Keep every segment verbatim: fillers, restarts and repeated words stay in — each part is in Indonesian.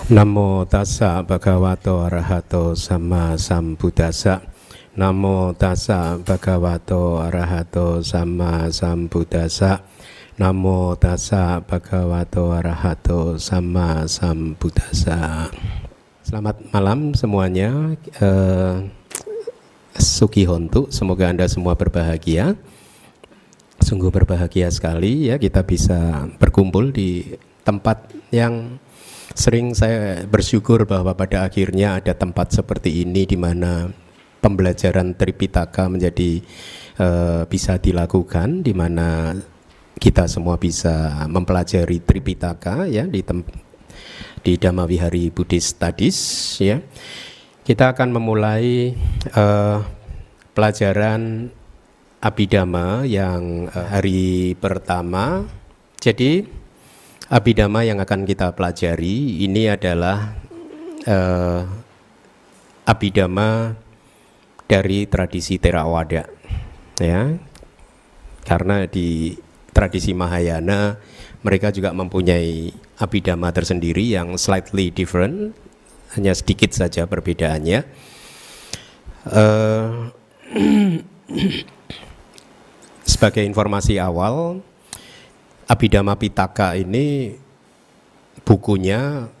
Namo tassa bhagavato arahato sama sambuddhassa. Namo tassa bhagavato arahato sama sambuddhassa. Namo tassa bhagavato arahato sama sambuddhassa. Selamat malam semuanya. uh, Suki Hontu, semoga Anda semua berbahagia. Sungguh berbahagia sekali ya kita bisa berkumpul di tempat yang sering saya bersyukur bahwa pada akhirnya ada tempat seperti ini di mana pembelajaran Tripitaka menjadi uh, bisa dilakukan, di mana kita semua bisa mempelajari Tripitaka ya di tem- di Dhammavihari Buddhist Studies ya. Kita akan memulai uh, pelajaran Abhidhamma yang uh, hari pertama. Jadi Abhidhamma yang akan kita pelajari ini adalah uh, Abhidhamma dari tradisi Theravada ya. Karena di tradisi Mahayana mereka juga mempunyai Abhidhamma tersendiri yang slightly different, hanya sedikit saja perbedaannya. Uh, sebagai informasi awal, Abhidhamma Pitaka ini bukunya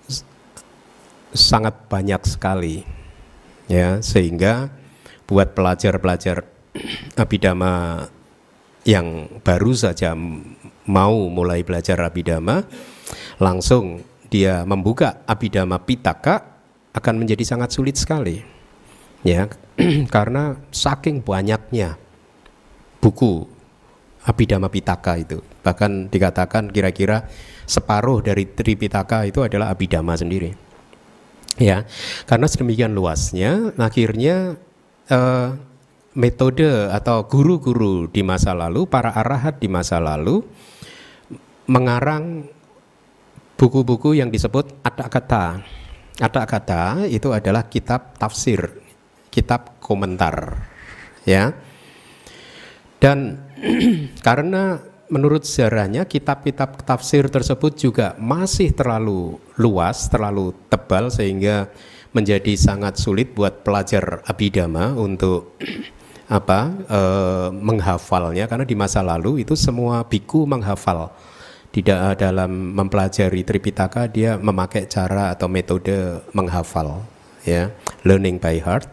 sangat banyak sekali ya, sehingga buat pelajar-pelajar Abhidhamma yang baru saja mau mulai belajar Abhidhamma, langsung dia membuka Abhidhamma Pitaka akan menjadi sangat sulit sekali ya, karena saking banyaknya buku Abhidhamma Pitaka itu. Bahkan dikatakan kira-kira separuh dari Tripitaka itu adalah Abhidhamma sendiri. Ya, karena sedemikian luasnya, akhirnya eh, metode atau guru-guru di masa lalu, para arahat di masa lalu mengarang buku-buku yang disebut Atthakatha. Atthakatha itu adalah kitab tafsir, kitab komentar, ya. Dan karena menurut sejarahnya kitab-kitab tafsir tersebut juga masih terlalu luas, terlalu tebal, sehingga menjadi sangat sulit buat pelajar Abhidhamma untuk apa e, menghafalnya, karena di masa lalu itu semua biku menghafal. Tidak dalam mempelajari Tripitaka dia memakai cara atau metode menghafal ya, learning by heart.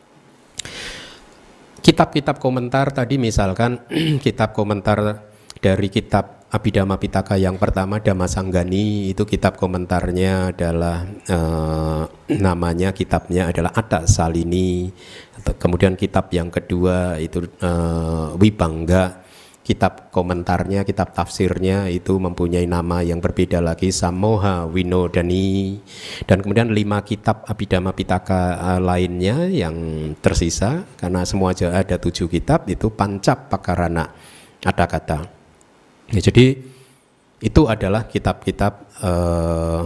Kitab-kitab komentar tadi misalkan kitab komentar dari kitab Abhidhamma Pitaka yang pertama Dhammasanggani, itu kitab komentarnya adalah eh, namanya kitabnya adalah Attasalini. Kemudian kitab yang kedua itu eh, Vibhanga. Kitab komentarnya, kitab tafsirnya itu mempunyai nama yang berbeda lagi, Sammoha Winodani. Dan kemudian lima kitab Abhidhamma Pitaka uh, lainnya yang tersisa, karena semua aja ada tujuh kitab, itu Pancapakarana Atthakatha. Ya, jadi itu adalah kitab-kitab uh,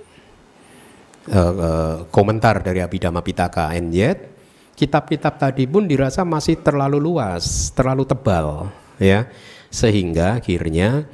uh, uh, komentar dari Abhidhamma Pitaka. And yet kitab-kitab tadi pun dirasa masih terlalu luas, terlalu tebal ya, sehingga akhirnya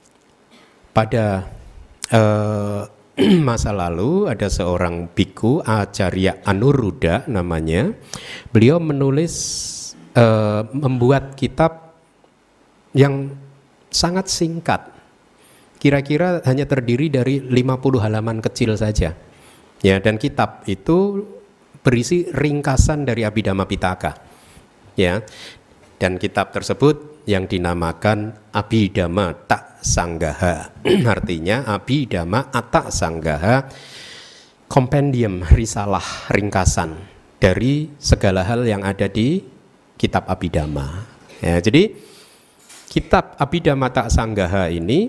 pada uh, masa lalu ada seorang biku Acarya Anuruddha namanya. Beliau menulis uh, membuat kitab yang sangat singkat, kira-kira hanya terdiri dari lima puluh halaman kecil saja ya, dan kitab itu berisi ringkasan dari Abhidhamma Pitaka ya. Dan kitab tersebut yang dinamakan Abhidhamma Atthasanggaha. Artinya Abhidhamma Atthasanggaha, kompendium, risalah, ringkasan dari segala hal yang ada di kitab Abhidhamma. Ya, jadi kitab Abhidhamma Atthasanggaha ini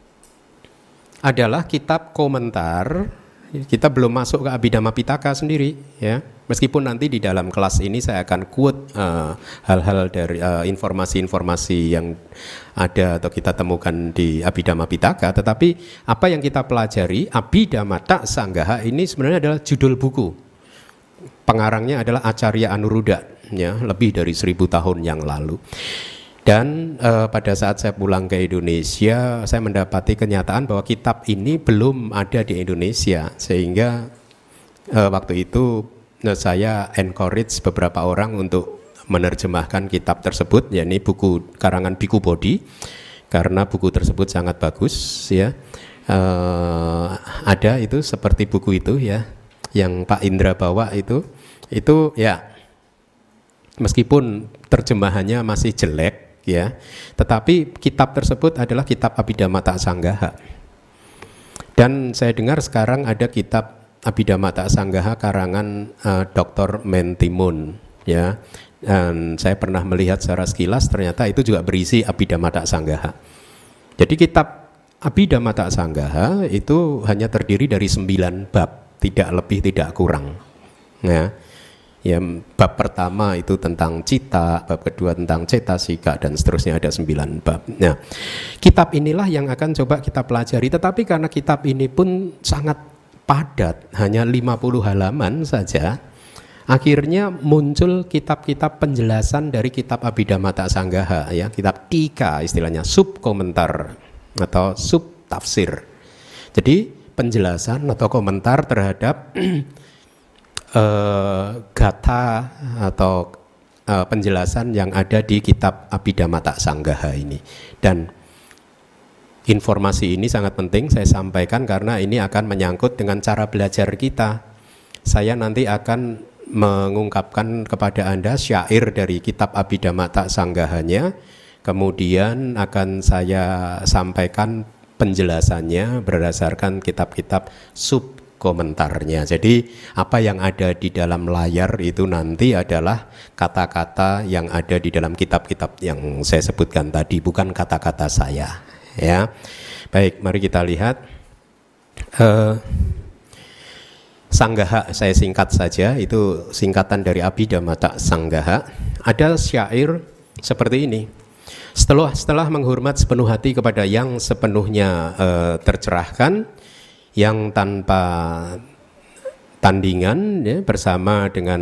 adalah kitab komentar. Kita belum masuk ke Abhidhamma Pitaka sendiri ya. Meskipun nanti di dalam kelas ini saya akan quote uh, hal-hal dari uh, informasi-informasi yang ada atau kita temukan di Abhidhamma Pitaka, tetapi apa yang kita pelajari Abhidhamma Atthasanggaha ini sebenarnya adalah judul buku. Pengarangnya adalah Acarya Anuruddha ya, lebih dari seribu tahun yang lalu. Dan eh, pada saat saya pulang ke Indonesia, saya mendapati kenyataan bahwa kitab ini belum ada di Indonesia, sehingga eh, waktu itu eh, saya encourage beberapa orang untuk menerjemahkan kitab tersebut, yakni buku karangan Biku Bodhi, karena buku tersebut sangat bagus, ya. Eh, ada itu seperti buku itu, ya, yang Pak Indra bawa itu, itu ya, meskipun terjemahannya masih jelek, ya, tetapi kitab tersebut adalah kitab Abhidhamma Sanggaha. Dan saya dengar sekarang ada kitab Abhidhamma Sanggaha karangan uh, doktor Mentimun, ya. Dan saya pernah melihat secara sekilas, ternyata itu juga berisi Abhidhamma Sanggaha. Jadi kitab Abhidhamma Sanggaha itu hanya terdiri dari sembilan bab, tidak lebih tidak kurang, ya. Ya, bab pertama itu tentang cita, bab kedua tentang cetasika, dan seterusnya, ada sembilan bab. Nah, kitab inilah yang akan coba kita pelajari, tetapi karena kitab ini pun sangat padat, hanya lima puluh halaman saja, akhirnya muncul kitab-kitab penjelasan dari kitab Abhidhamma Sanggaha, ya, kitab tika istilahnya, sub komentar atau sub tafsir. Jadi penjelasan atau komentar terhadap Uh, gata atau uh, penjelasan yang ada di kitab Abhidhamma Sanggaha ini. Dan informasi ini sangat penting saya sampaikan karena ini akan menyangkut dengan cara belajar kita. Saya nanti akan mengungkapkan kepada Anda syair dari kitab Abhidhamma Sanggahanya, kemudian akan saya sampaikan penjelasannya berdasarkan kitab-kitab sub komentarnya. Jadi apa yang ada di dalam layar itu nanti adalah kata-kata yang ada di dalam kitab-kitab yang saya sebutkan tadi, bukan kata-kata saya, ya. Baik, mari kita lihat uh, Sanggaha, saya singkat saja, itu singkatan dari Abhidhamma Sanggaha. Ada syair seperti ini: setelah setelah menghormat sepenuh hati kepada yang sepenuhnya uh, tercerahkan, yang tanpa tandingan, ya, bersama dengan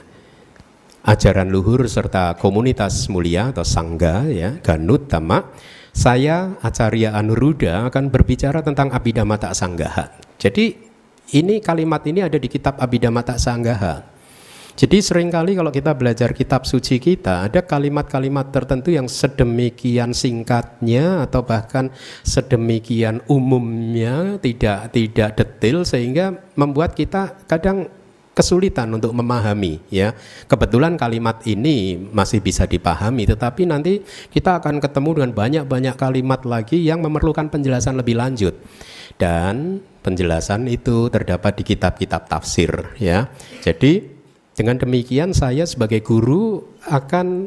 ajaran luhur serta komunitas mulia atau sangga, ya, Ganuttama, saya Acarya Anuruddha akan berbicara tentang Abhidhamma Sanggaha. Jadi ini kalimat ini ada di kitab Abhidhamma Sanggaha. Jadi seringkali kalau kita belajar kitab suci kita, ada kalimat-kalimat tertentu yang sedemikian singkatnya atau bahkan sedemikian umumnya, tidak tidak detail, sehingga membuat kita kadang kesulitan untuk memahami, ya. Kebetulan kalimat ini masih bisa dipahami, tetapi nanti kita akan ketemu dengan banyak-banyak kalimat lagi yang memerlukan penjelasan lebih lanjut. Dan penjelasan itu terdapat di kitab-kitab tafsir, ya. Jadi dengan demikian saya sebagai guru akan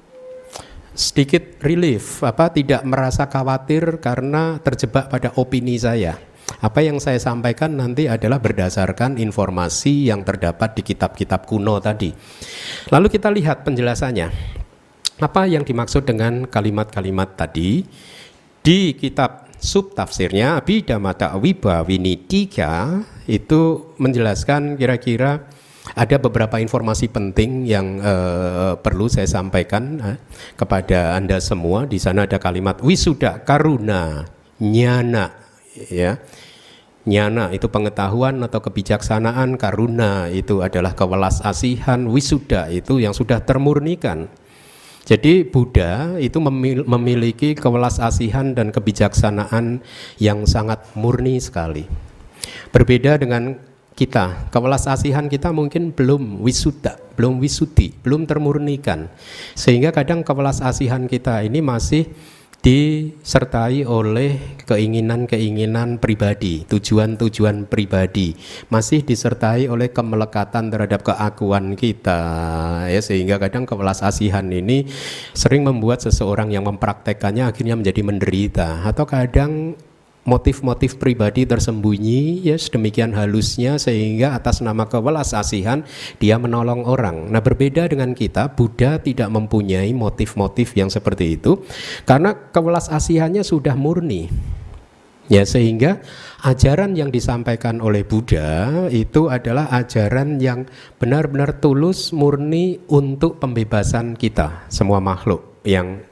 sedikit relief, apa, tidak merasa khawatir karena terjebak pada opini saya. Apa yang saya sampaikan nanti adalah berdasarkan informasi yang terdapat di kitab-kitab kuno tadi. Lalu kita lihat penjelasannya. Apa yang dimaksud dengan kalimat-kalimat tadi? Di kitab sub tafsirnya Abhidhamma Vibhavinidika itu menjelaskan kira-kira ada beberapa informasi penting yang uh, perlu saya sampaikan uh, kepada Anda semua. Di sana ada kalimat wisuda, karuna, nyana, ya. Nyana itu pengetahuan atau kebijaksanaan, karuna itu adalah kewelas asihan, wisuda itu yang sudah termurnikan. Jadi Buddha itu memiliki kewelas asihan dan kebijaksanaan yang sangat murni sekali. Berbeda dengan kita, kewelas asihan kita mungkin belum wisuda, belum wisuti, belum termurnikan. Sehingga kadang kewelas asihan kita ini masih disertai oleh keinginan-keinginan pribadi, tujuan-tujuan pribadi, masih disertai oleh kemelekatan terhadap keakuan kita, ya, sehingga kadang kewelas asihan ini sering membuat seseorang yang mempraktekannya akhirnya menjadi menderita, atau kadang motif-motif pribadi tersembunyi, ya, sedemikian halusnya sehingga atas nama kewelas asihan dia menolong orang. Nah, berbeda dengan kita, Buddha tidak mempunyai motif-motif yang seperti itu karena kewelas asihannya sudah murni. Ya, sehingga ajaran yang disampaikan oleh Buddha itu adalah ajaran yang benar-benar tulus, murni untuk pembebasan kita, semua makhluk yang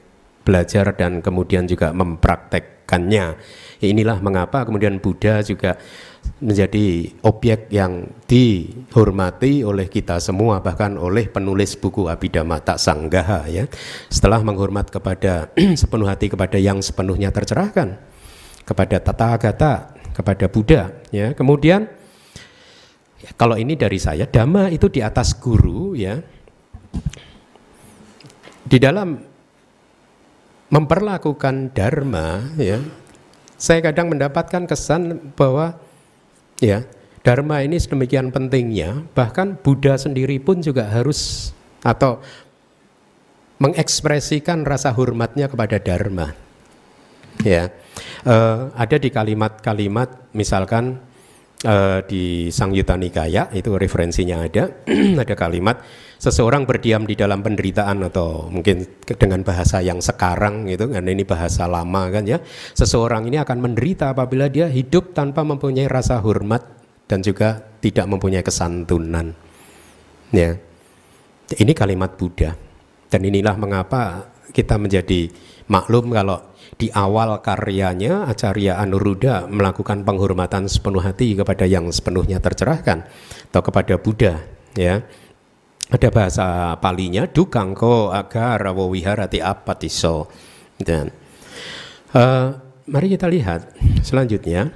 belajar dan kemudian juga mempraktekkannya. Inilah mengapa kemudian Buddha juga menjadi objek yang dihormati oleh kita semua, bahkan oleh penulis buku Abhidhamma Sanggaha ya. Setelah menghormat kepada sepenuh hati kepada yang sepenuhnya tercerahkan, kepada Tathagata, kepada Buddha ya. Kemudian ya, kalau ini dari saya, Dhamma itu di atas guru ya. Di dalam memperlakukan dharma ya, saya kadang mendapatkan kesan bahwa ya dharma ini sedemikian pentingnya, bahkan Buddha sendiri pun juga harus atau mengekspresikan rasa hormatnya kepada dharma. Ya, uh, ada di kalimat-kalimat misalkan uh, di Sangyutta Nikaya itu referensinya ada, ada kalimat seseorang berdiam di dalam penderitaan, atau mungkin dengan bahasa yang sekarang gitu, karena ini bahasa lama kan ya, seseorang ini akan menderita apabila dia hidup tanpa mempunyai rasa hormat dan juga tidak mempunyai kesantunan ya. Ini kalimat Buddha, dan inilah mengapa kita menjadi maklum kalau di awal karyanya Acarya Anuruddha melakukan penghormatan sepenuh hati kepada yang sepenuhnya tercerahkan atau kepada Buddha ya. Ada bahasa Palinya dukangko agara wiharati apatiso. Dan uh, mari kita lihat selanjutnya.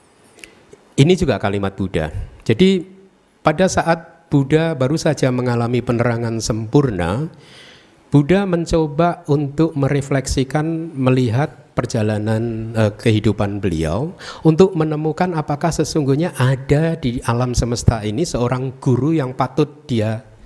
Ini juga kalimat Buddha. Jadi pada saat Buddha baru saja mengalami penerangan sempurna, Buddha mencoba untuk merefleksikan, melihat perjalanan uh, kehidupan beliau untuk menemukan apakah sesungguhnya ada di alam semesta ini seorang guru yang patut dia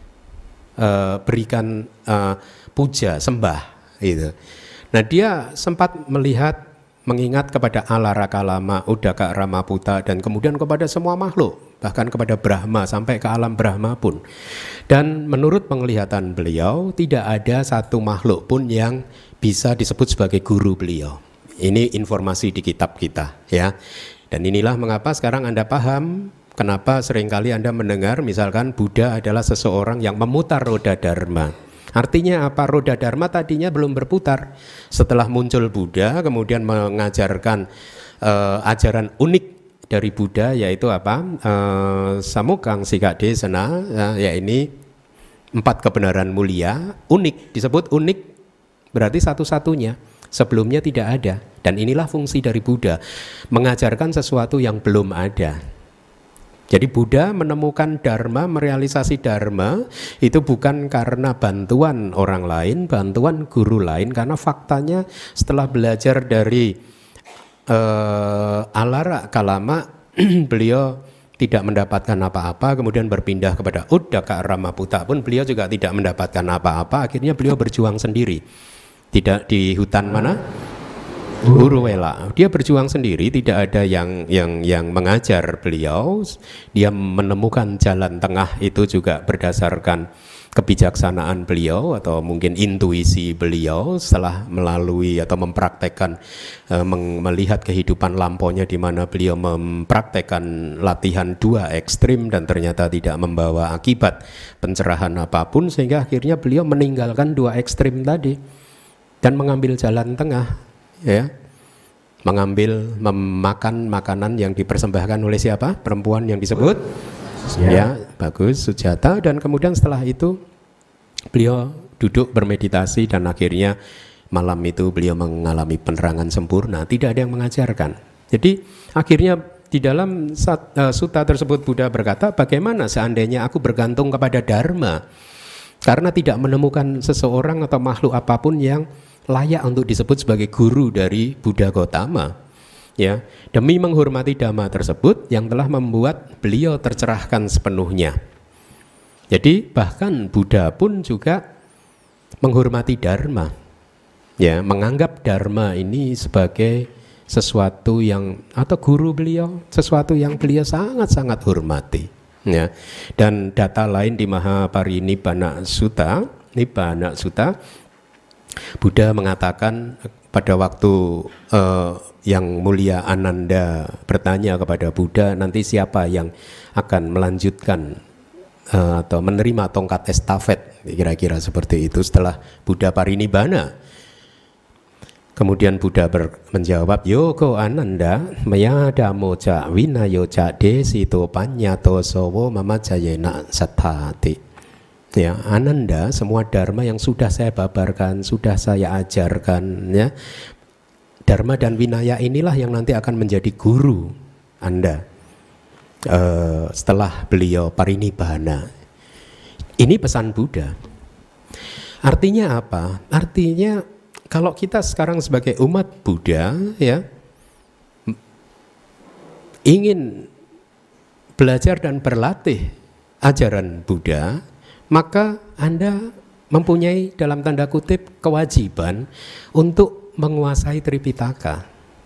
Uh, berikan uh, puja, sembah gitu. Nah dia sempat melihat, mengingat kepada Alaraka Lama, Udaka Ramaputa, dan kemudian kepada semua makhluk, bahkan kepada Brahma, sampai ke alam Brahma pun. Dan menurut penglihatan beliau tidak ada satu makhluk pun yang bisa disebut sebagai guru beliau. Ini informasi di kitab kita ya. Dan inilah mengapa sekarang Anda paham kenapa seringkali Anda mendengar misalkan Buddha adalah seseorang yang memutar roda dharma. Artinya apa? Roda dharma tadinya belum berputar. Setelah muncul Buddha kemudian mengajarkan uh, ajaran unik dari Buddha, yaitu apa? Uh, Samukang Sikadesana, uh, ya ini empat kebenaran mulia, unik, disebut unik berarti satu-satunya. Sebelumnya tidak ada. Dan inilah fungsi dari Buddha, mengajarkan sesuatu yang belum ada. Jadi Buddha menemukan dharma, merealisasi dharma itu bukan karena bantuan orang lain, bantuan guru lain, karena faktanya setelah belajar dari uh, Alara Kalama beliau tidak mendapatkan apa-apa, kemudian berpindah kepada Udaka Ramaputa pun beliau juga tidak mendapatkan apa-apa, akhirnya beliau berjuang sendiri. Tidak di hutan mana? Uruwela, dia berjuang sendiri, tidak ada yang yang yang mengajar beliau. Dia menemukan jalan tengah itu juga berdasarkan kebijaksanaan beliau atau mungkin intuisi beliau setelah melalui atau mempraktekkan uh, melihat kehidupan lampaunya di mana beliau mempraktekkan latihan dua ekstrim dan ternyata tidak membawa akibat pencerahan apapun, sehingga akhirnya beliau meninggalkan dua ekstrim tadi dan mengambil jalan tengah. Ya, mengambil memakan makanan yang dipersembahkan oleh siapa? Perempuan yang disebut ya, ya bagus, Sujata. Dan kemudian setelah itu beliau duduk bermeditasi dan akhirnya malam itu beliau mengalami penerangan sempurna. Tidak ada yang mengajarkan. Jadi akhirnya di dalam sat, uh, sutta tersebut Buddha berkata, bagaimana seandainya aku bergantung kepada dharma karena tidak menemukan seseorang atau makhluk apapun yang layak untuk disebut sebagai guru dari Buddha Gautama ya, demi menghormati dhamma tersebut yang telah membuat beliau tercerahkan sepenuhnya. Jadi bahkan Buddha pun juga menghormati dharma ya, menganggap dharma ini sebagai sesuatu yang atau guru beliau, sesuatu yang beliau sangat-sangat hormati ya. Dan data lain di Mahaparinibbana Sutta, Nibbana Sutta, Buddha mengatakan pada waktu uh, yang mulia Ananda bertanya kepada Buddha, nanti siapa yang akan melanjutkan uh, atau menerima tongkat estafet, kira-kira seperti itu setelah Buddha parinibbana. Kemudian Buddha ber, menjawab, Yoko Ananda mayada moja winayoja desito panyato sowo mama jayena sathati. Ya, Ananda, semua dharma yang sudah saya babarkan, sudah saya ajarkan, ya, dharma dan winaya inilah yang nanti akan menjadi guru Anda uh, setelah beliau parinibbana. Ini pesan Buddha. Artinya apa? Artinya kalau kita sekarang sebagai umat Buddha, ya, ingin belajar dan berlatih ajaran Buddha, maka Anda mempunyai dalam tanda kutip kewajiban untuk menguasai Tripitaka.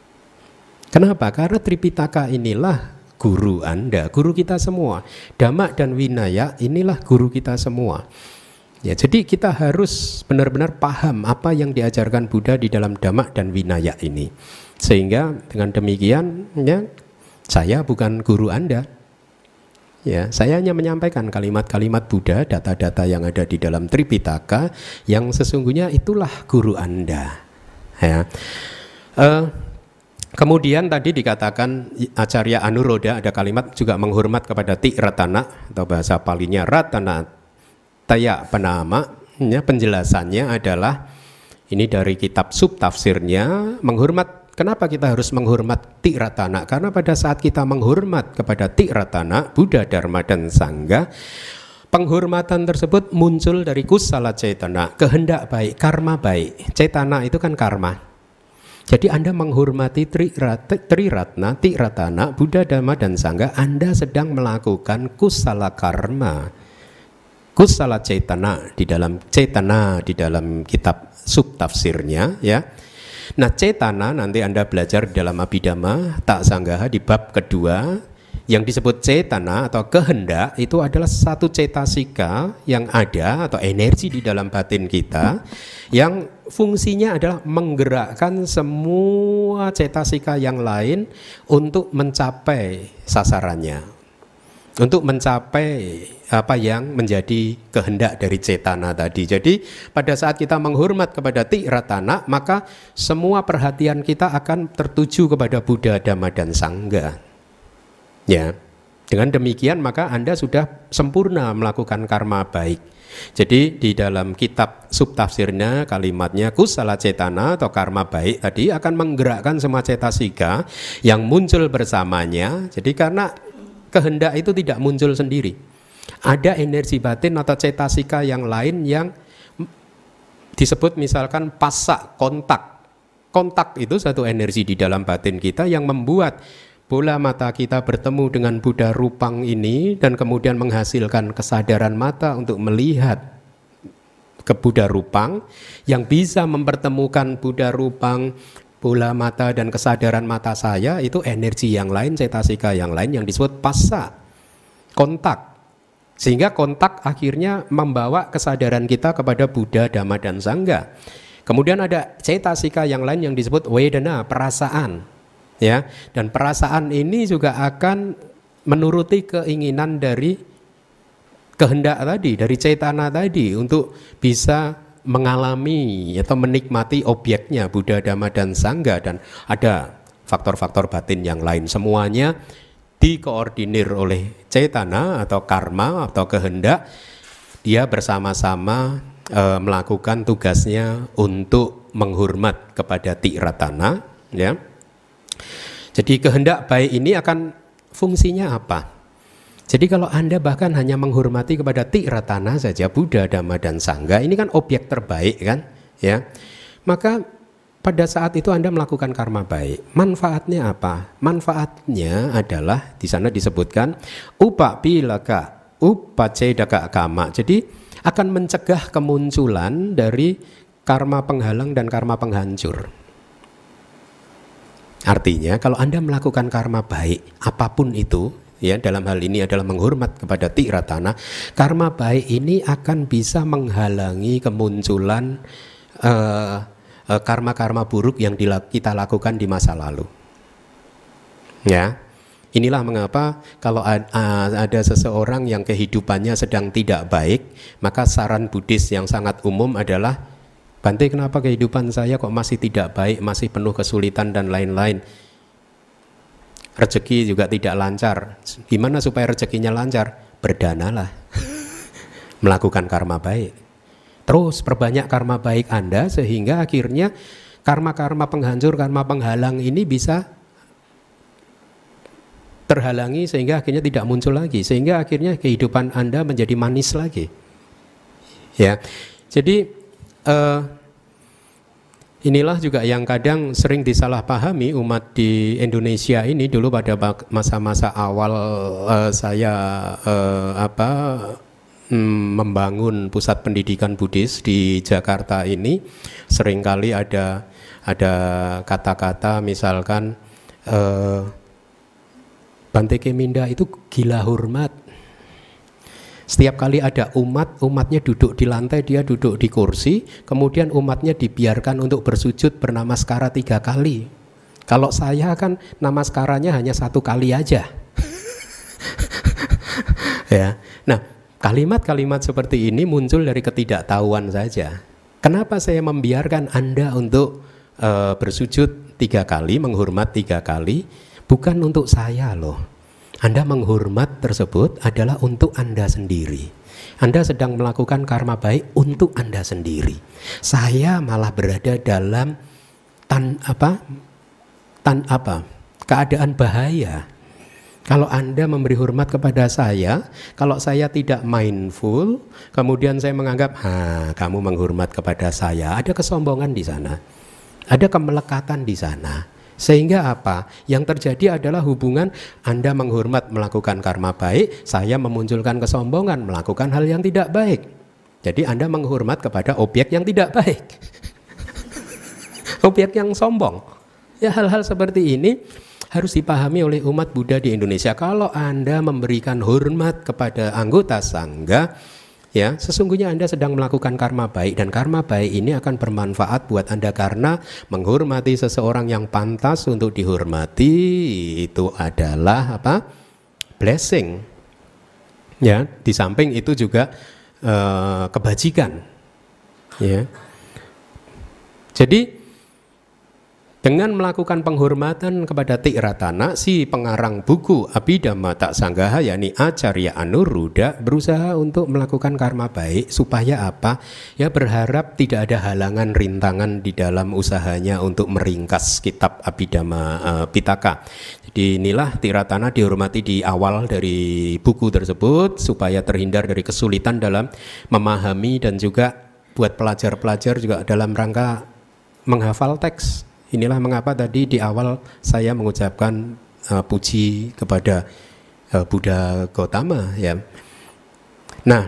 Kenapa? Karena Tripitaka inilah guru Anda, guru kita semua. Dhamma dan Vinaya inilah guru kita semua. Ya, jadi kita harus benar-benar paham apa yang diajarkan Buddha di dalam Dhamma dan Vinaya ini. Sehingga dengan demikian, ya, saya bukan guru Anda. Ya, saya hanya menyampaikan kalimat-kalimat Buddha, data-data yang ada di dalam Tripitaka, yang sesungguhnya itulah guru Anda. Ya. Uh, kemudian tadi dikatakan Acarya Anuruddha ada kalimat juga menghormat kepada Ti Ratana atau bahasa Palinya Ratana Taya Panama. Ya, penjelasannya adalah ini dari kitab subtafsirnya, menghormat. Kenapa kita harus menghormat Ti Ratana? Karena pada saat kita menghormat kepada Ti Ratana, Buddha, Dharma, dan Sangha, penghormatan tersebut muncul dari kusala cetana, kehendak baik, karma baik. Cetana itu kan karma. Jadi Anda menghormati Tri, Tri Ratna, Ti Ratana, Buddha, Dharma, dan Sangha, Anda sedang melakukan kusala karma. Kusala cetana di dalam cetana di dalam kitab subtafsirnya, ya. Nah, cetana nanti Anda belajar di dalam Abhidhamma Tak Sanggaha di bab kedua. Yang disebut cetana atau kehendak itu adalah satu cetasika yang ada atau energi di dalam batin kita yang fungsinya adalah menggerakkan semua cetasika yang lain untuk mencapai sasarannya, untuk mencapai apa yang menjadi kehendak dari cetana tadi. Jadi pada saat kita menghormat kepada Ti Ratana, maka semua perhatian kita akan tertuju kepada Buddha, Dhamma, dan Sangha. Ya, dengan demikian maka Anda sudah sempurna melakukan karma baik. Jadi di dalam kitab subtafsirnya kalimatnya kusala cetana atau karma baik tadi akan menggerakkan semua cetasika yang muncul bersamanya. Jadi karena kehendak itu tidak muncul sendiri, ada energi batin atau cetasika yang lain yang disebut misalkan pasak, kontak. Kontak itu satu energi di dalam batin kita yang membuat bola mata kita bertemu dengan Buddha Rupang ini dan kemudian menghasilkan kesadaran mata untuk melihat ke Buddha Rupang, yang bisa mempertemukan Buddha Rupang, bola mata dan kesadaran mata saya itu energi yang lain, cetasika yang lain yang disebut passa, kontak. Sehingga kontak akhirnya membawa kesadaran kita kepada Buddha, Dhamma, dan Sangha. Kemudian ada cetasika yang lain yang disebut wedana, perasaan. Ya, dan perasaan ini juga akan menuruti keinginan dari kehendak tadi, dari cetana tadi untuk bisa mengalami atau menikmati objeknya Buddha, Dhamma, dan Sangha, dan ada faktor-faktor batin yang lain. Semuanya dikoordinir oleh cetana atau karma atau kehendak. Dia bersama-sama e, melakukan tugasnya untuk menghormat kepada Ti Ratana, ya. Jadi kehendak baik ini akan fungsinya apa? Jadi kalau Anda bahkan hanya menghormati kepada Ti Ratana saja, Buddha, Dhamma, dan Sangha, ini kan objek terbaik kan, ya. Maka pada saat itu Anda melakukan karma baik. Manfaatnya apa? Manfaatnya adalah di sana disebutkan upapilaka, upacedaka kama. Jadi akan mencegah kemunculan dari karma penghalang dan karma penghancur. Artinya kalau Anda melakukan karma baik apapun itu, ya, dalam hal ini adalah menghormat kepada Ti Ratana, karma baik ini akan bisa menghalangi kemunculan uh, uh, karma-karma buruk yang kita lakukan di masa lalu. Ya, inilah mengapa kalau ada, ada seseorang yang kehidupannya sedang tidak baik, maka saran Buddhis yang sangat umum adalah Bante, kenapa kehidupan saya kok masih tidak baik, masih penuh kesulitan dan lain-lain. Rezeki juga tidak lancar. Gimana supaya rezekinya lancar? Berdanalah. Melakukan karma baik. Terus perbanyak karma baik Anda sehingga akhirnya karma-karma penghancur, karma penghalang ini bisa terhalangi sehingga akhirnya tidak muncul lagi. Sehingga akhirnya kehidupan Anda menjadi manis lagi. Ya, jadi uh, inilah juga yang kadang sering disalahpahami umat di Indonesia ini. Dulu pada masa-masa awal uh, saya uh, apa mm, membangun pusat pendidikan Buddhis di Jakarta ini, seringkali ada ada kata-kata misalkan uh, Bante Keminda itu gila hormat. Setiap kali ada umat, umatnya duduk di lantai, dia duduk di kursi, kemudian umatnya dibiarkan untuk bersujud bernamaskara tiga kali. Kalau saya kan namaskaranya hanya satu kali aja. Ya. Nah, kalimat-kalimat seperti ini muncul dari ketidaktahuan saja. Kenapa saya membiarkan Anda untuk uh, bersujud tiga kali, menghormat tiga kali? Bukan untuk saya loh. Anda menghormat tersebut adalah untuk Anda sendiri. Anda sedang melakukan karma baik untuk Anda sendiri. Saya malah berada dalam tan apa? Tan apa? Keadaan bahaya. Kalau Anda memberi hormat kepada saya, kalau saya tidak mindful, kemudian saya menganggap, "Ha, kamu menghormat kepada saya." Ada kesombongan di sana. Ada kemelekatan di sana. Sehingga apa? Yang terjadi adalah hubungan Anda menghormat melakukan karma baik, saya memunculkan kesombongan melakukan hal yang tidak baik. Jadi Anda menghormat kepada objek yang tidak baik. Objek yang sombong. Ya, hal-hal seperti ini harus dipahami oleh umat Buddha di Indonesia. Kalau Anda memberikan hormat kepada anggota sangga, ya, sesungguhnya Anda sedang melakukan karma baik, dan karma baik ini akan bermanfaat buat Anda karena menghormati seseorang yang pantas untuk dihormati itu adalah apa? Blessing. Ya, di samping itu juga uh, kebajikan. Ya. Jadi dengan melakukan penghormatan kepada Tiratana, si pengarang buku Abhidhamma Sanggaha, yakni Acarya Anuruddha, berusaha untuk melakukan karma baik supaya apa? Ya, berharap tidak ada halangan rintangan di dalam usahanya untuk meringkas kitab Abhidhamma uh, Pitaka. Jadi inilah Tiratana dihormati di awal dari buku tersebut supaya terhindar dari kesulitan dalam memahami dan juga buat pelajar-pelajar juga dalam rangka menghafal teks. Inilah mengapa tadi di awal saya mengucapkan uh, puji kepada uh, Buddha Gautama, ya. Nah,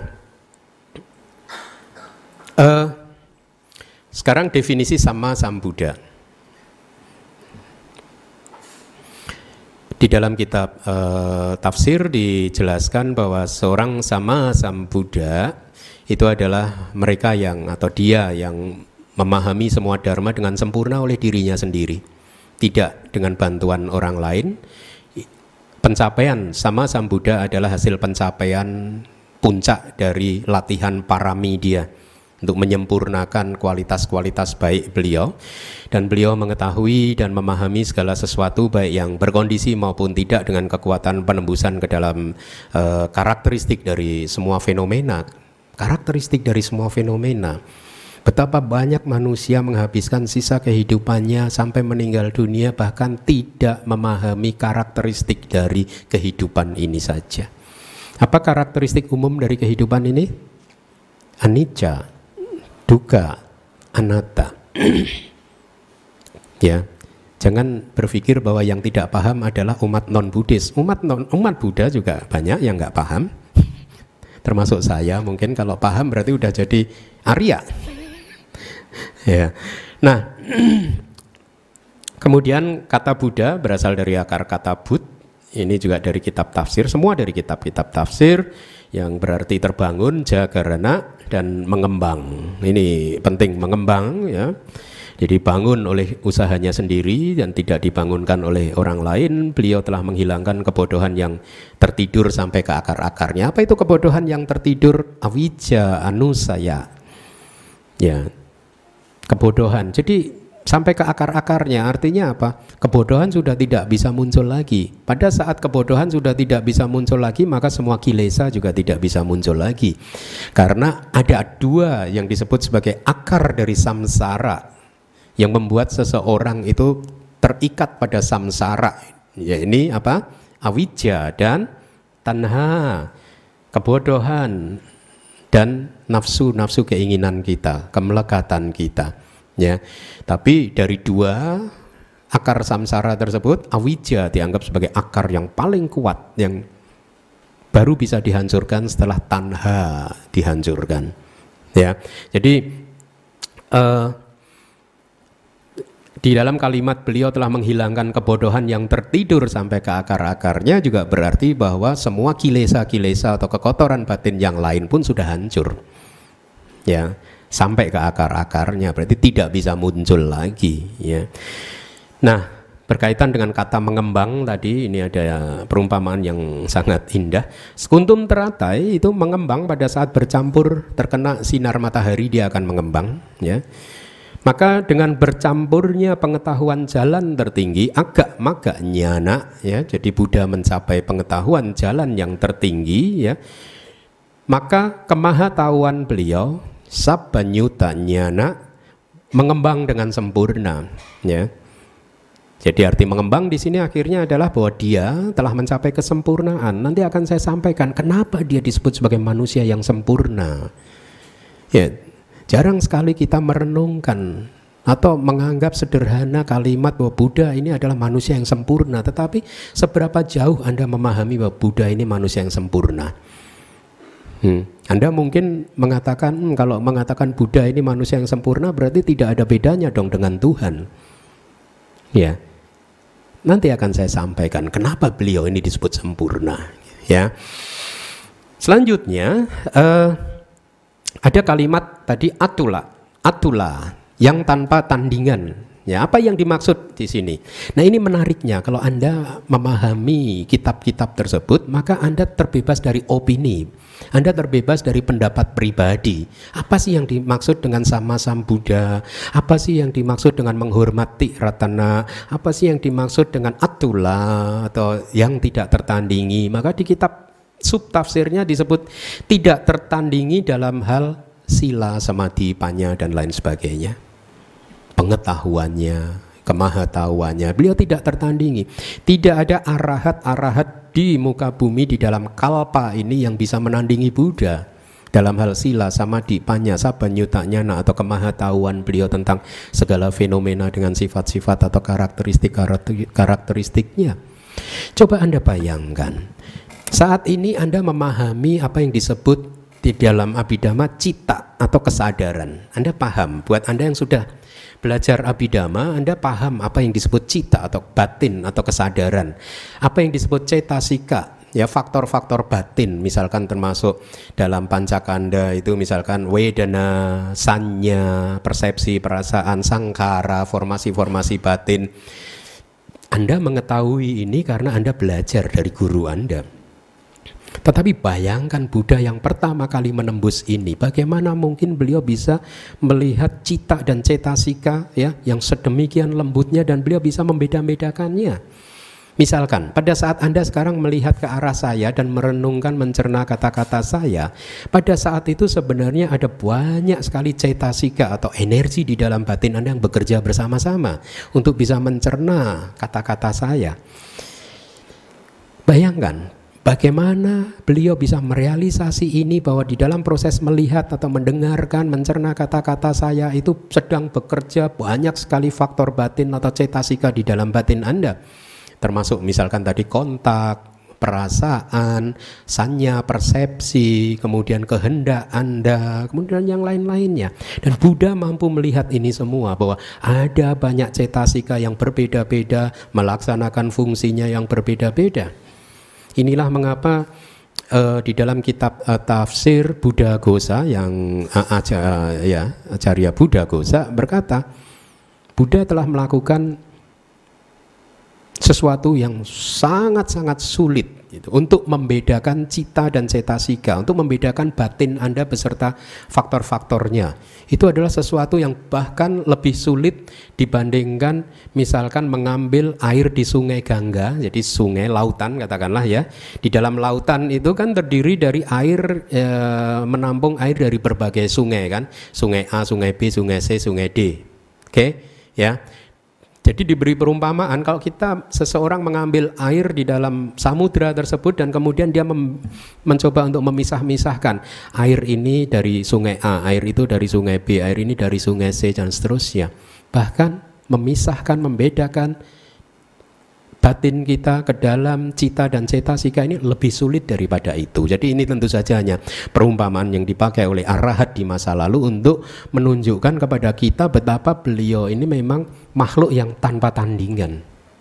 uh, sekarang definisi Sama Sambuddha. Di dalam kitab uh, tafsir dijelaskan bahwa seorang Sama Sambuddha itu adalah mereka yang atau dia yang memahami semua dharma dengan sempurna oleh dirinya sendiri, tidak dengan bantuan orang lain. Pencapaian Sama Sambuddha adalah hasil pencapaian puncak dari latihan parami dia untuk menyempurnakan kualitas-kualitas baik beliau, dan beliau mengetahui dan memahami segala sesuatu baik yang berkondisi maupun tidak dengan kekuatan penembusan ke dalam uh, karakteristik dari semua fenomena, karakteristik dari semua fenomena. Betapa banyak manusia menghabiskan sisa kehidupannya sampai meninggal dunia bahkan tidak memahami karakteristik dari kehidupan ini saja. Apa karakteristik umum dari kehidupan ini? Anicca, dukkha, anatta. Ya, jangan berpikir bahwa yang tidak paham adalah umat non-Buddhis. Umat non, umat Buddha juga banyak yang nggak paham. Termasuk saya, mungkin kalau paham berarti udah jadi Arya. Ya. Nah, kemudian kata Buddha berasal dari akar kata Bud. Ini juga dari kitab tafsir, semua dari kitab-kitab tafsir yang berarti terbangun, jagarana, dan mengembang. Ini penting, mengembang, ya. Jadi bangun oleh usahanya sendiri dan tidak dibangunkan oleh orang lain. Beliau telah menghilangkan kebodohan yang tertidur sampai ke akar-akarnya. Apa itu kebodohan yang tertidur? Avijja, anusaya. Ya. Kebodohan. Jadi sampai ke akar-akarnya, artinya apa? Kebodohan sudah tidak bisa muncul lagi. Pada saat kebodohan sudah tidak bisa muncul lagi, maka semua kilesa juga tidak bisa muncul lagi. Karena ada dua yang disebut sebagai akar dari samsara yang membuat seseorang itu terikat pada samsara. Ya, ini apa? Awija dan tanha, kebodohan dan nafsu-nafsu keinginan kita, kemelekatan kita. Ya, tapi dari dua akar samsara tersebut, awija dianggap sebagai akar yang paling kuat yang baru bisa dihancurkan setelah tanha dihancurkan. Ya, jadi uh, di dalam kalimat beliau telah menghilangkan kebodohan yang tertidur sampai ke akar-akarnya juga berarti bahwa semua kilesa-kilesa atau kekotoran batin yang lain pun sudah hancur. Ya. Sampai ke akar-akarnya, berarti tidak bisa muncul lagi, ya. Nah, berkaitan dengan kata mengembang tadi, ini ada perumpamaan yang sangat indah. Sekuntum teratai itu mengembang pada saat bercampur terkena sinar matahari, dia akan mengembang, ya. Maka dengan bercampurnya pengetahuan jalan tertinggi, agak maga nyana, ya. Jadi Buddha mencapai pengetahuan jalan yang tertinggi, ya. Maka kemahatauan beliau sabbanyuta nyana mengembang dengan sempurna, ya. Jadi arti mengembang di sini akhirnya adalah bahwa dia telah mencapai kesempurnaan. Nanti akan saya sampaikan kenapa dia disebut sebagai manusia yang sempurna. Ya, jarang sekali kita merenungkan atau menganggap sederhana kalimat bahwa Buddha ini adalah manusia yang sempurna. Tetapi seberapa jauh Anda memahami bahwa Buddha ini manusia yang sempurna? Hmm. Anda mungkin mengatakan hmm, kalau mengatakan Buddha ini manusia yang sempurna berarti tidak ada bedanya dong dengan Tuhan. Ya, nanti akan saya sampaikan kenapa beliau ini disebut sempurna. Ya, selanjutnya uh, ada kalimat tadi atula, atula yang tanpa tandingan. Ya, apa yang dimaksud di sini? Nah, ini menariknya kalau Anda memahami kitab-kitab tersebut, maka Anda terbebas dari opini, Anda terbebas dari pendapat pribadi. Apa sih yang dimaksud dengan sama Sam Buddha? Apa sih yang dimaksud dengan menghormati Ratana? Apa sih yang dimaksud dengan atula atau yang tidak tertandingi? Maka di kitab subtafsirnya disebut tidak tertandingi dalam hal sila, samadhi, panya dan lain sebagainya. Pengetahuannya, kemahatauannya, beliau tidak tertandingi. Tidak ada arahat-arahat di muka bumi di dalam kalpa ini yang bisa menandingi Buddha dalam hal sila, samadhi, panya, sabbanyuta nyana atau kemahatauan beliau tentang segala fenomena dengan sifat-sifat atau karakteristik-karakteristiknya. Coba Anda bayangkan, saat ini Anda memahami apa yang disebut di dalam Abhidhamma cita atau kesadaran. Anda paham, buat Anda yang sudah belajar Abhidhamma, Anda paham apa yang disebut cita atau batin atau kesadaran, apa yang disebut cetasika, ya faktor-faktor batin, misalkan termasuk dalam pancakanda itu misalkan wedana, sanya, persepsi, perasaan, sangkara, formasi-formasi batin. Anda mengetahui ini karena Anda belajar dari guru Anda. Tetapi bayangkan Buddha yang pertama kali menembus ini, bagaimana mungkin beliau bisa melihat cita dan cetasika ya yang sedemikian lembutnya dan beliau bisa membeda-bedakannya. Misalkan pada saat Anda sekarang melihat ke arah saya dan merenungkan, mencerna kata-kata saya, pada saat itu sebenarnya ada banyak sekali cetasika atau energi di dalam batin Anda yang bekerja bersama-sama untuk bisa mencerna kata-kata saya. Bayangkan bagaimana beliau bisa merealisasi ini bahwa di dalam proses melihat atau mendengarkan, mencerna kata-kata saya itu sedang bekerja banyak sekali faktor batin atau cetasika di dalam batin Anda. Termasuk misalkan tadi kontak, perasaan, sanya, persepsi, kemudian kehendak Anda, kemudian yang lain-lainnya. Dan Buddha mampu melihat ini semua bahwa ada banyak cetasika yang berbeda-beda melaksanakan fungsinya yang berbeda-beda. Inilah mengapa uh, di dalam kitab uh, tafsir Buddhaghosa yang uh, aja, uh, ya, Acarya Buddhaghosa berkata, Buddha telah melakukan sesuatu yang sangat-sangat sulit gitu, untuk membedakan cita dan cetasika, untuk membedakan batin Anda beserta faktor-faktornya. Itu adalah sesuatu yang bahkan lebih sulit dibandingkan misalkan mengambil air di sungai Gangga, jadi sungai lautan katakanlah ya. Di dalam lautan itu kan terdiri dari air, e, menampung air dari berbagai sungai kan, sungai A, sungai B, sungai C, sungai D. Oke, okay? Ya. Jadi diberi perumpamaan kalau kita seseorang mengambil air di dalam samudra tersebut dan kemudian dia mem, mencoba untuk memisah-misahkan air ini dari sungai A, air itu dari sungai B, air ini dari sungai C dan seterusnya. Bahkan memisahkan, membedakan batin kita ke dalam cita dan cetasika ini lebih sulit daripada itu. Jadi ini tentu saja hanya perumpamaan yang dipakai oleh Arahat di masa lalu untuk menunjukkan kepada kita betapa beliau ini memang makhluk yang tanpa tandingan.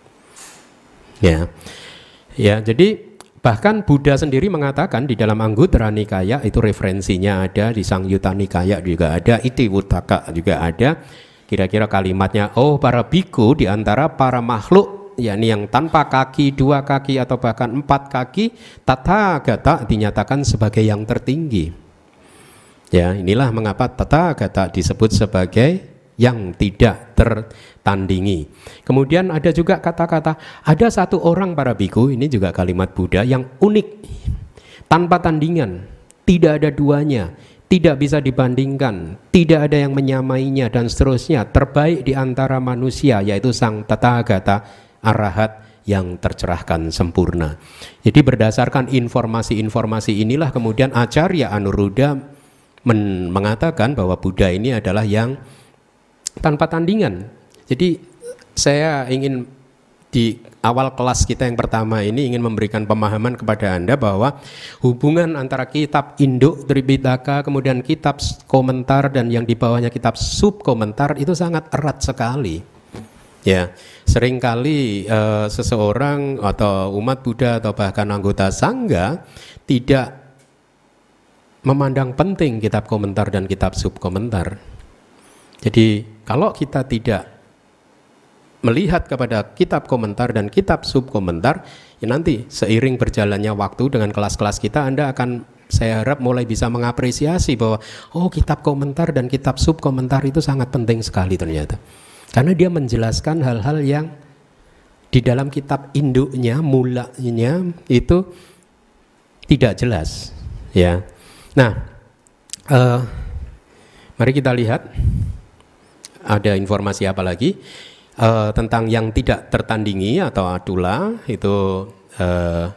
Ya, ya. Jadi bahkan Buddha sendiri mengatakan di dalam Anguttara Nikaya, itu referensinya ada, di Sangyutta Nikaya juga ada, Itivuttaka juga ada. Kira-kira kalimatnya, oh para biku di antara para makhluk, yakni yang tanpa kaki, dua kaki atau bahkan empat kaki, Tathagata dinyatakan sebagai yang tertinggi. Ya, inilah mengapa Tathagata disebut sebagai yang tidak tertandingi. Kemudian ada juga kata-kata, ada satu orang para biku, ini juga kalimat Buddha yang unik, tanpa tandingan, tidak ada duanya, tidak bisa dibandingkan, tidak ada yang menyamainya dan seterusnya, terbaik di antara manusia, yaitu Sang Tathagata Arahat yang tercerahkan sempurna. Jadi berdasarkan informasi-informasi inilah kemudian Acarya Anuruddha men- mengatakan bahwa Buddha ini adalah yang tanpa tandingan. Jadi saya ingin di awal kelas kita yang pertama ini ingin memberikan pemahaman kepada Anda bahwa hubungan antara kitab induk Tripitaka, kemudian kitab komentar dan yang di bawahnya kitab subkomentar itu sangat erat sekali. Ya, seringkali uh, seseorang atau umat Buddha atau bahkan anggota Sangha tidak memandang penting kitab komentar dan kitab subkomentar. Jadi kalau kita tidak melihat kepada kitab komentar dan kitab subkomentar, ya nanti seiring berjalannya waktu dengan kelas-kelas kita, Anda akan, saya harap mulai bisa mengapresiasi bahwa oh, kitab komentar dan kitab subkomentar itu sangat penting sekali ternyata. Karena dia menjelaskan hal-hal yang di dalam kitab induknya, mulanya itu tidak jelas. Ya. Nah, uh, mari kita lihat ada informasi apa lagi uh, tentang yang tidak tertandingi atau adula itu. Uh,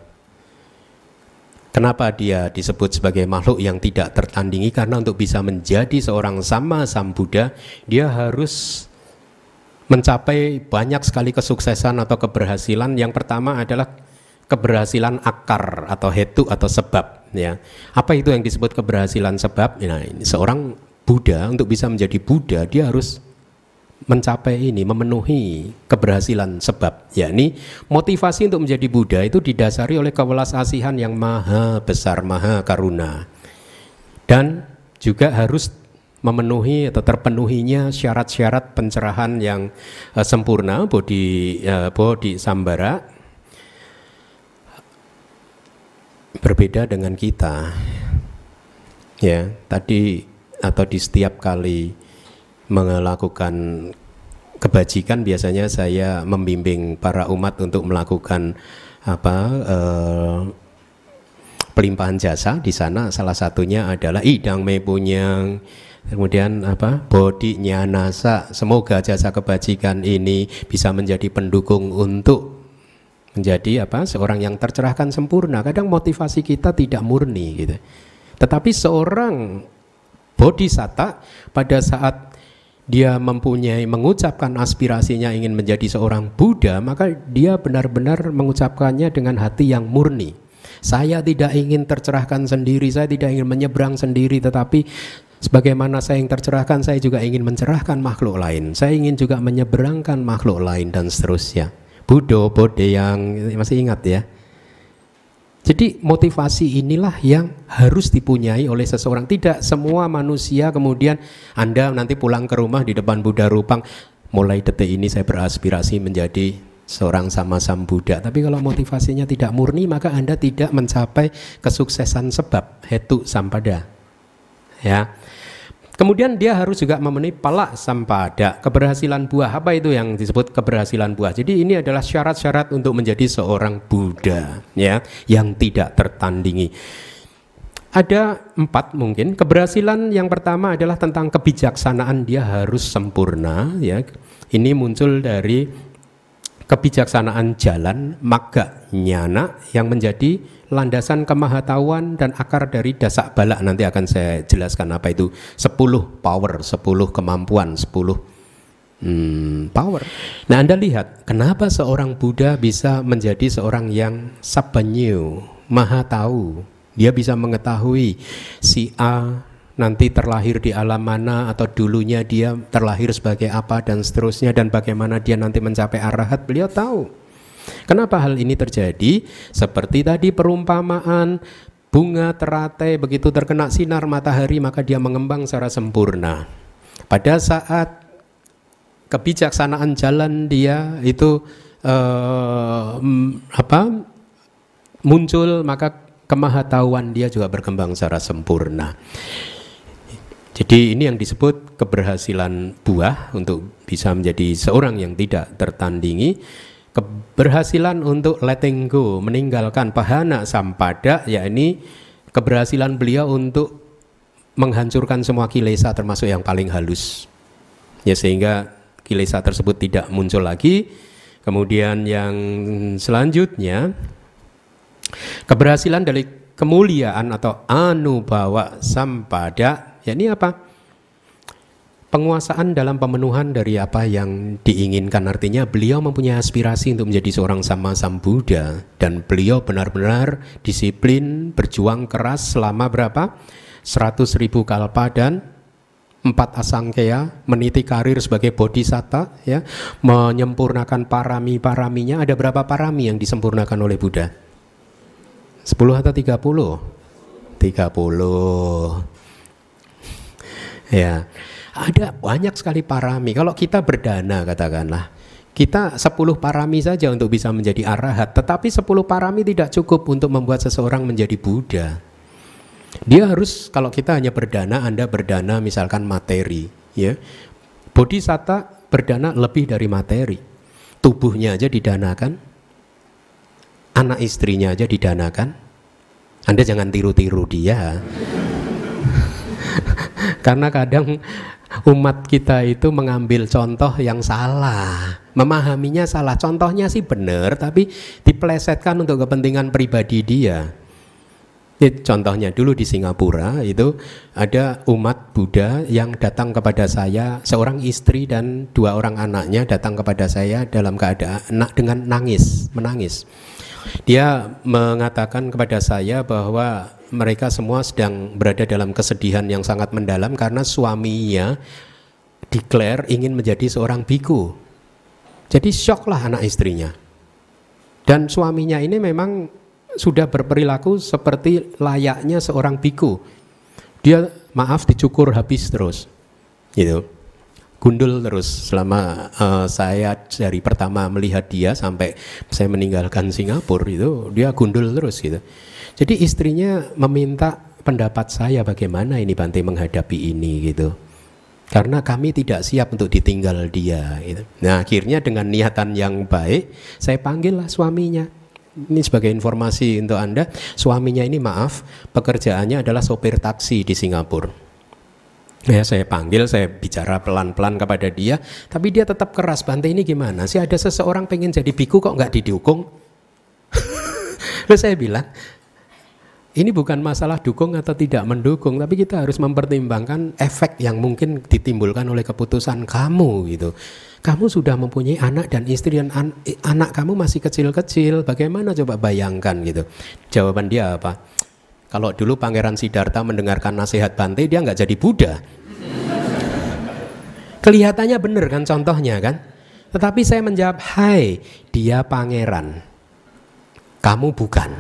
Kenapa dia disebut sebagai makhluk yang tidak tertandingi? Karena untuk bisa menjadi seorang Samma Sambuddha, dia harus mencapai banyak sekali kesuksesan atau keberhasilan. Yang pertama adalah keberhasilan akar atau hetu atau sebab. Ya, apa itu yang disebut keberhasilan sebab? Nah, ini seorang Buddha untuk bisa menjadi Buddha dia harus mencapai ini, memenuhi keberhasilan sebab. Yakni motivasi untuk menjadi Buddha itu didasari oleh kewelas asihan yang maha besar, maha karuna, dan juga harus memenuhi atau terpenuhinya syarat-syarat pencerahan yang uh, sempurna, bodhi uh, bodhi sambara. Berbeda dengan kita. Ya, tadi atau di setiap kali melakukan kebajikan biasanya saya membimbing para umat untuk melakukan apa uh, pelimpahan jasa. Di sana salah satunya adalah idang me punyang, kemudian apa bodhi nyanasa, semoga jasa kebajikan ini bisa menjadi pendukung untuk menjadi apa seorang yang tercerahkan sempurna. Kadang motivasi kita tidak murni gitu. Tetapi seorang bodhisatta pada saat dia mempunyai mengucapkan aspirasinya ingin menjadi seorang Buddha, maka dia benar-benar mengucapkannya dengan hati yang murni. Saya tidak ingin tercerahkan sendiri, saya tidak ingin menyeberang sendiri, tetapi sebagaimana saya yang tercerahkan, saya juga ingin mencerahkan makhluk lain. Saya ingin juga menyeberangkan makhluk lain dan seterusnya. Buddha, Bodhe yang masih ingat ya. Jadi motivasi inilah yang harus dipunyai oleh seseorang. Tidak semua manusia kemudian Anda nanti pulang ke rumah di depan Buddha Rupang, mulai detik ini saya beraspirasi menjadi seorang sama-sama Buddha. Tapi kalau motivasinya tidak murni, maka Anda tidak mencapai kesuksesan sebab, hetu sampada. Ya. Kemudian dia harus juga memenuhi pala sampada, keberhasilan buah. Apa itu yang disebut keberhasilan buah? Jadi ini adalah syarat-syarat untuk menjadi seorang Buddha, ya, yang tidak tertandingi. Ada empat mungkin. Keberhasilan yang pertama adalah tentang kebijaksanaan, dia harus sempurna, ya. Ini muncul dari kebijaksanaan jalan, magga nyana, yang menjadi landasan kemahatauan dan akar dari dasak bala. Nanti akan saya jelaskan apa itu sepuluh power, sepuluh kemampuan, sepuluh hmm, power. Nah, Anda lihat kenapa seorang Buddha bisa menjadi seorang yang sabanyu, maha tahu. Dia bisa mengetahui si A nanti terlahir di alam mana, atau dulunya dia terlahir sebagai apa, dan seterusnya, dan bagaimana dia nanti mencapai arahat. Beliau tahu. Kenapa hal ini terjadi? Seperti tadi perumpamaan bunga teratai, begitu terkena sinar matahari maka dia mengembang secara sempurna. Pada saat kebijaksanaan jalan dia itu eh, apa muncul, maka kemahatauan dia juga berkembang secara sempurna. Jadi ini yang disebut keberhasilan buah untuk bisa menjadi seorang yang tidak tertandingi. Keberhasilan untuk letting go, meninggalkan pahana sampada, yakni keberhasilan beliau untuk menghancurkan semua kilesa termasuk yang paling halus, ya, sehingga kilesa tersebut tidak muncul lagi. Kemudian yang selanjutnya, keberhasilan dari kemuliaan atau anubawa sampada, yakni apa? Penguasaan dalam pemenuhan dari apa yang diinginkan. Artinya beliau mempunyai aspirasi untuk menjadi seorang sama Sambuddha, dan beliau benar-benar disiplin, berjuang keras selama berapa? seratus ribu kalpa dan empat asangkaya, meniti karir sebagai bodhisatta, ya, menyempurnakan parami-paraminya. Ada berapa parami yang disempurnakan oleh Buddha? sepuluh atau tiga puluh? tiga puluh. Ya. Ada banyak sekali parami. Kalau kita berdana, katakanlah, kita sepuluh parami saja untuk bisa menjadi arahat. Tetapi sepuluh parami tidak cukup untuk membuat seseorang menjadi Buddha. Dia harus, kalau kita hanya berdana, Anda berdana misalkan materi, ya. Bodhisatta berdana lebih dari materi. Tubuhnya aja didanakan, anak istrinya aja didanakan. Anda jangan tiru-tiru dia. Karena kadang umat kita itu mengambil contoh yang salah, memahaminya salah. Contohnya sih benar, tapi dipelesetkan untuk kepentingan pribadi dia. Ini contohnya dulu di Singapura itu ada umat Buddha yang datang kepada saya, seorang istri dan dua orang anaknya datang kepada saya dalam keadaan dengan nangis, menangis. Dia mengatakan kepada saya bahwa mereka semua sedang berada dalam kesedihan yang sangat mendalam karena suaminya declare ingin menjadi seorang biku. Jadi syoklah anak istrinya. Dan suaminya ini memang sudah berperilaku seperti layaknya seorang biku. Dia maaf dicukur habis terus, gitu. Gundul terus selama uh, saya dari pertama melihat dia sampai saya meninggalkan Singapura itu dia gundul terus gitu. Jadi istrinya meminta pendapat saya bagaimana ini Bante menghadapi ini gitu. Karena kami tidak siap untuk ditinggal dia gitu. Nah, akhirnya dengan niatan yang baik saya panggillah suaminya. Ini sebagai informasi untuk Anda, suaminya ini maaf pekerjaannya adalah sopir taksi di Singapura. Ya, saya panggil, saya bicara pelan-pelan kepada dia, tapi dia tetap keras. Bante ini gimana sih, ada seseorang pengen jadi biku kok nggak didukung? Lalu saya bilang, ini bukan masalah dukung atau tidak mendukung, tapi kita harus mempertimbangkan efek yang mungkin ditimbulkan oleh keputusan kamu gitu. Kamu sudah mempunyai anak dan istri, dan an anak kamu masih kecil-kecil, bagaimana coba bayangkan gitu. Jawaban dia apa? Kalau dulu Pangeran Siddhartha mendengarkan nasihat Bante, dia nggak jadi Buddha. Kelihatannya benar kan contohnya kan? Tetapi saya menjawab, hai, dia pangeran, kamu bukan.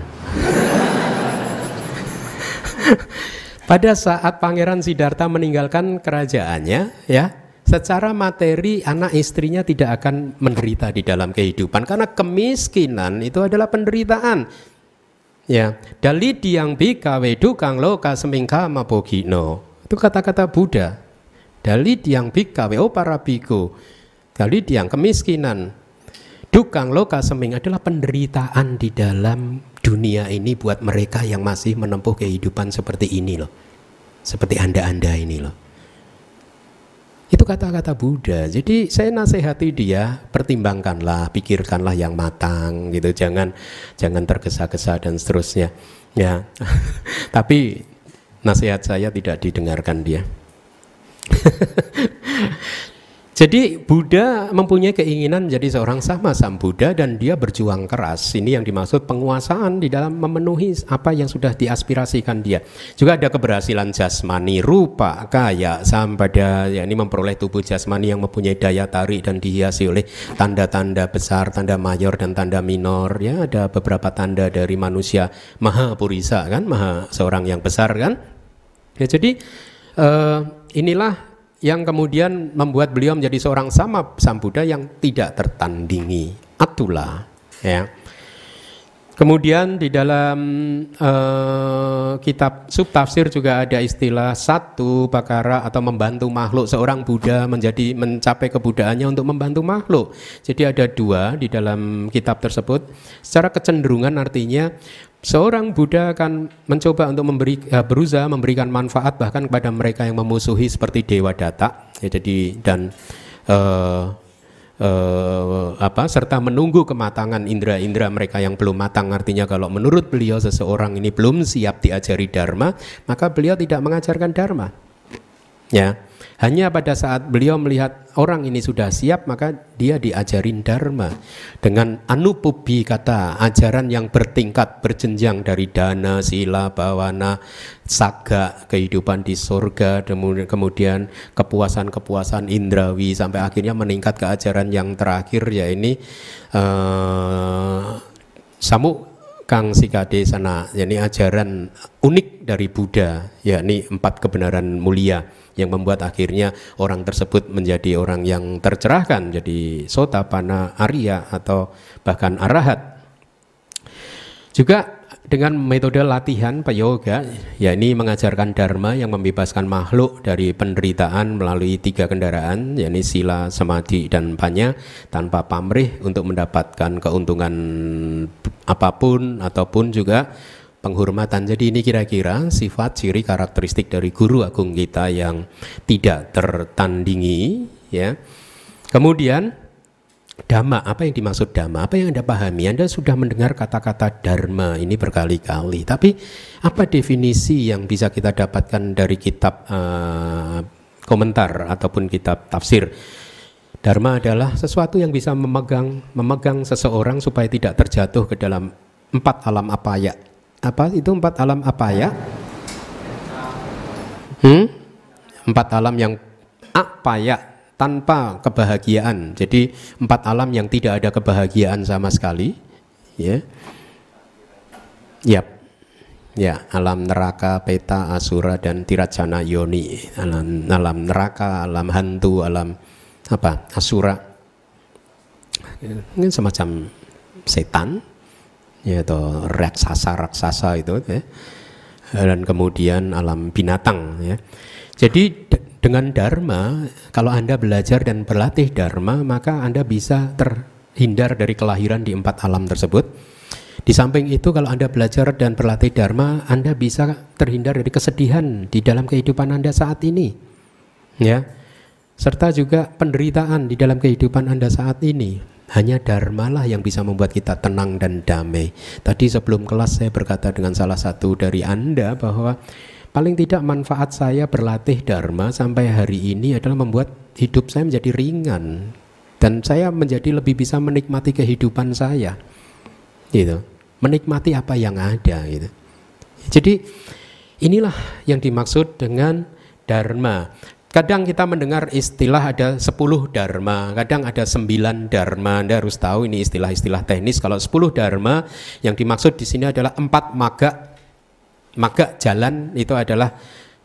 Pada saat Pangeran Siddhartha meninggalkan kerajaannya, ya, secara materi anak istrinya tidak akan menderita di dalam kehidupan karena kemiskinan itu adalah penderitaan. Ya, dali diang bika wedu kang loka semingka mabogino. Itu kata-kata Buddha. Dali diang bika weo para biku. Dali diang kemiskinan. Dukang loka seming adalah penderitaan di dalam dunia ini buat mereka yang masih menempuh kehidupan seperti ini loh. Seperti Anda-anda ini loh. Itu kata-kata Buddha. Jadi saya nasihati dia, pertimbangkanlah, pikirkanlah yang matang gitu. Jangan jangan tergesa-gesa dan seterusnya. Ya. Tapi nasihat saya tidak didengarkan dia. Jadi Buddha mempunyai keinginan menjadi seorang sama Sambuddha dan dia berjuang keras. Ini yang dimaksud penguasaan di dalam memenuhi apa yang sudah diaspirasikan dia. Juga ada keberhasilan jasmani, rupa, kaya, sampada, ya ini memperoleh tubuh jasmani yang mempunyai daya tarik dan dihiasi oleh tanda-tanda besar, tanda mayor dan tanda minor. Ya ada beberapa tanda dari manusia maha purisa kan, maha seorang yang besar kan. Ya jadi uh, inilah yang kemudian membuat beliau menjadi seorang sama Sambuddha yang tidak tertandingi. Atulah ya. Kemudian di dalam uh, kitab subtafsir juga ada istilah satu pakara atau membantu makhluk. Seorang Buddha menjadi mencapai kebudaannya untuk membantu makhluk. Jadi ada dua di dalam kitab tersebut. Secara kecenderungan artinya seorang Buddha akan mencoba untuk memberi, uh, berusaha memberikan manfaat bahkan kepada mereka yang memusuhi seperti Dewa Datta. Ya, jadi dan uh, uh, apa serta menunggu kematangan indera-indera mereka yang belum matang. Artinya kalau menurut beliau seseorang ini belum siap diajari dharma, maka beliau tidak mengajarkan dharma. Ya. Hanya pada saat beliau melihat orang ini sudah siap, maka dia diajarin dharma dengan anupubi kata, ajaran yang bertingkat, berjenjang dari dana, sila, bawana, saga, kehidupan di surga, kemudian kepuasan-kepuasan indrawi, sampai akhirnya meningkat ke ajaran yang terakhir, ya ini uh, samu kang sikade sana, yakni ajaran unik dari Buddha, yakni empat kebenaran mulia yang membuat akhirnya orang tersebut menjadi orang yang tercerahkan, jadi Sotapanna, Arya atau bahkan Arahat. Juga dengan metode latihan Payoga, yakni mengajarkan dharma yang membebaskan makhluk dari penderitaan melalui tiga kendaraan, yakni sila, samadhi, dan panya, tanpa pamrih untuk mendapatkan keuntungan apapun ataupun juga penghormatan. Jadi ini kira-kira sifat ciri karakteristik dari guru agung kita yang tidak tertandingi, ya. Kemudian dhamma, apa yang dimaksud dhamma? Apa yang Anda pahami? Anda sudah mendengar kata-kata dharma ini berkali-kali. Tapi apa definisi yang bisa kita dapatkan dari kitab uh, komentar ataupun kitab tafsir? Dharma adalah sesuatu yang bisa memegang memegang seseorang supaya tidak terjatuh ke dalam empat alam apaya. Apa itu empat alam apaya? Hmm? Empat alam yang apaya, tanpa kebahagiaan. Jadi empat alam yang tidak ada kebahagiaan sama sekali, ya. Yap. Ya, alam neraka, peta, asura, dan tirajana yoni. Alam, alam neraka, alam hantu, alam apa? Asura. Ini semacam setan, ya, atau raksasa-raksasa itu, ya. Dan kemudian alam binatang, ya. Jadi dengan dharma, kalau Anda belajar dan berlatih dharma, maka Anda bisa terhindar dari kelahiran di empat alam tersebut. Di samping itu, kalau Anda belajar dan berlatih dharma, Anda bisa terhindar dari kesedihan di dalam kehidupan Anda saat ini, ya. Serta juga penderitaan di dalam kehidupan Anda saat ini. Hanya dharma lah yang bisa membuat kita tenang dan damai. Tadi sebelum kelas saya berkata dengan salah satu dari Anda bahwa paling tidak manfaat saya berlatih dharma sampai hari ini adalah membuat hidup saya menjadi ringan dan saya menjadi lebih bisa menikmati kehidupan saya, gitu. Menikmati apa yang ada, gitu. Jadi inilah yang dimaksud dengan dharma. Kadang kita mendengar istilah ada sepuluh dharma, kadang ada sembilan dharma. Anda harus tahu ini istilah-istilah teknis. Kalau sepuluh dharma yang dimaksud di sini adalah empat magga. Magga jalan itu adalah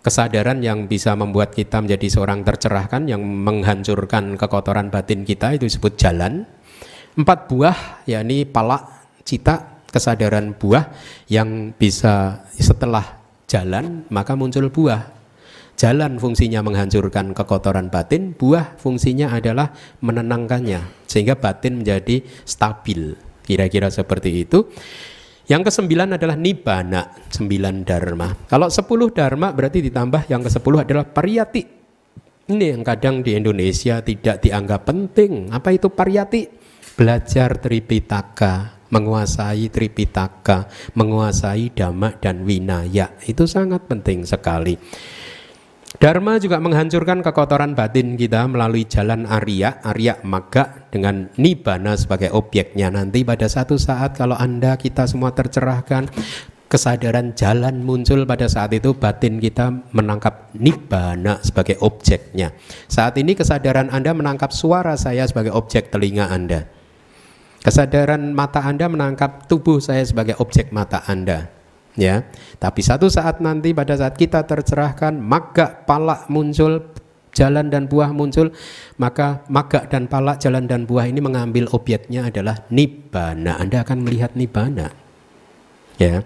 kesadaran yang bisa membuat kita menjadi seorang tercerahkan, yang menghancurkan kekotoran batin kita, itu disebut jalan. Empat buah, yakni pala, cita, kesadaran buah yang bisa setelah jalan maka muncul buah. Jalan fungsinya menghancurkan kekotoran batin, buah fungsinya adalah menenangkannya sehingga batin menjadi stabil. Kira-kira seperti itu. Yang kesembilan adalah nibbana, sembilan dharma. Kalau sepuluh dharma berarti ditambah yang kesepuluh adalah pariyati. Ini yang kadang di Indonesia tidak dianggap penting. Apa itu pariyati? Belajar Tripitaka, menguasai Tripitaka, menguasai Dhamma dan Vinaya. Itu sangat penting sekali. Dharma juga menghancurkan kekotoran batin kita melalui jalan Arya, Arya Magga dengan Nibbana sebagai objeknya. Nanti pada satu saat kalau Anda kita semua tercerahkan, kesadaran jalan muncul, pada saat itu batin kita menangkap Nibbana sebagai objeknya. Saat ini kesadaran Anda menangkap suara saya sebagai objek telinga Anda. Kesadaran mata Anda menangkap tubuh saya sebagai objek mata Anda. Ya, tapi satu saat nanti pada saat kita tercerahkan, magga, pala muncul, jalan dan buah muncul, maka magga dan pala, jalan dan buah ini mengambil objeknya adalah nibbana. Anda akan melihat nibbana. Ya.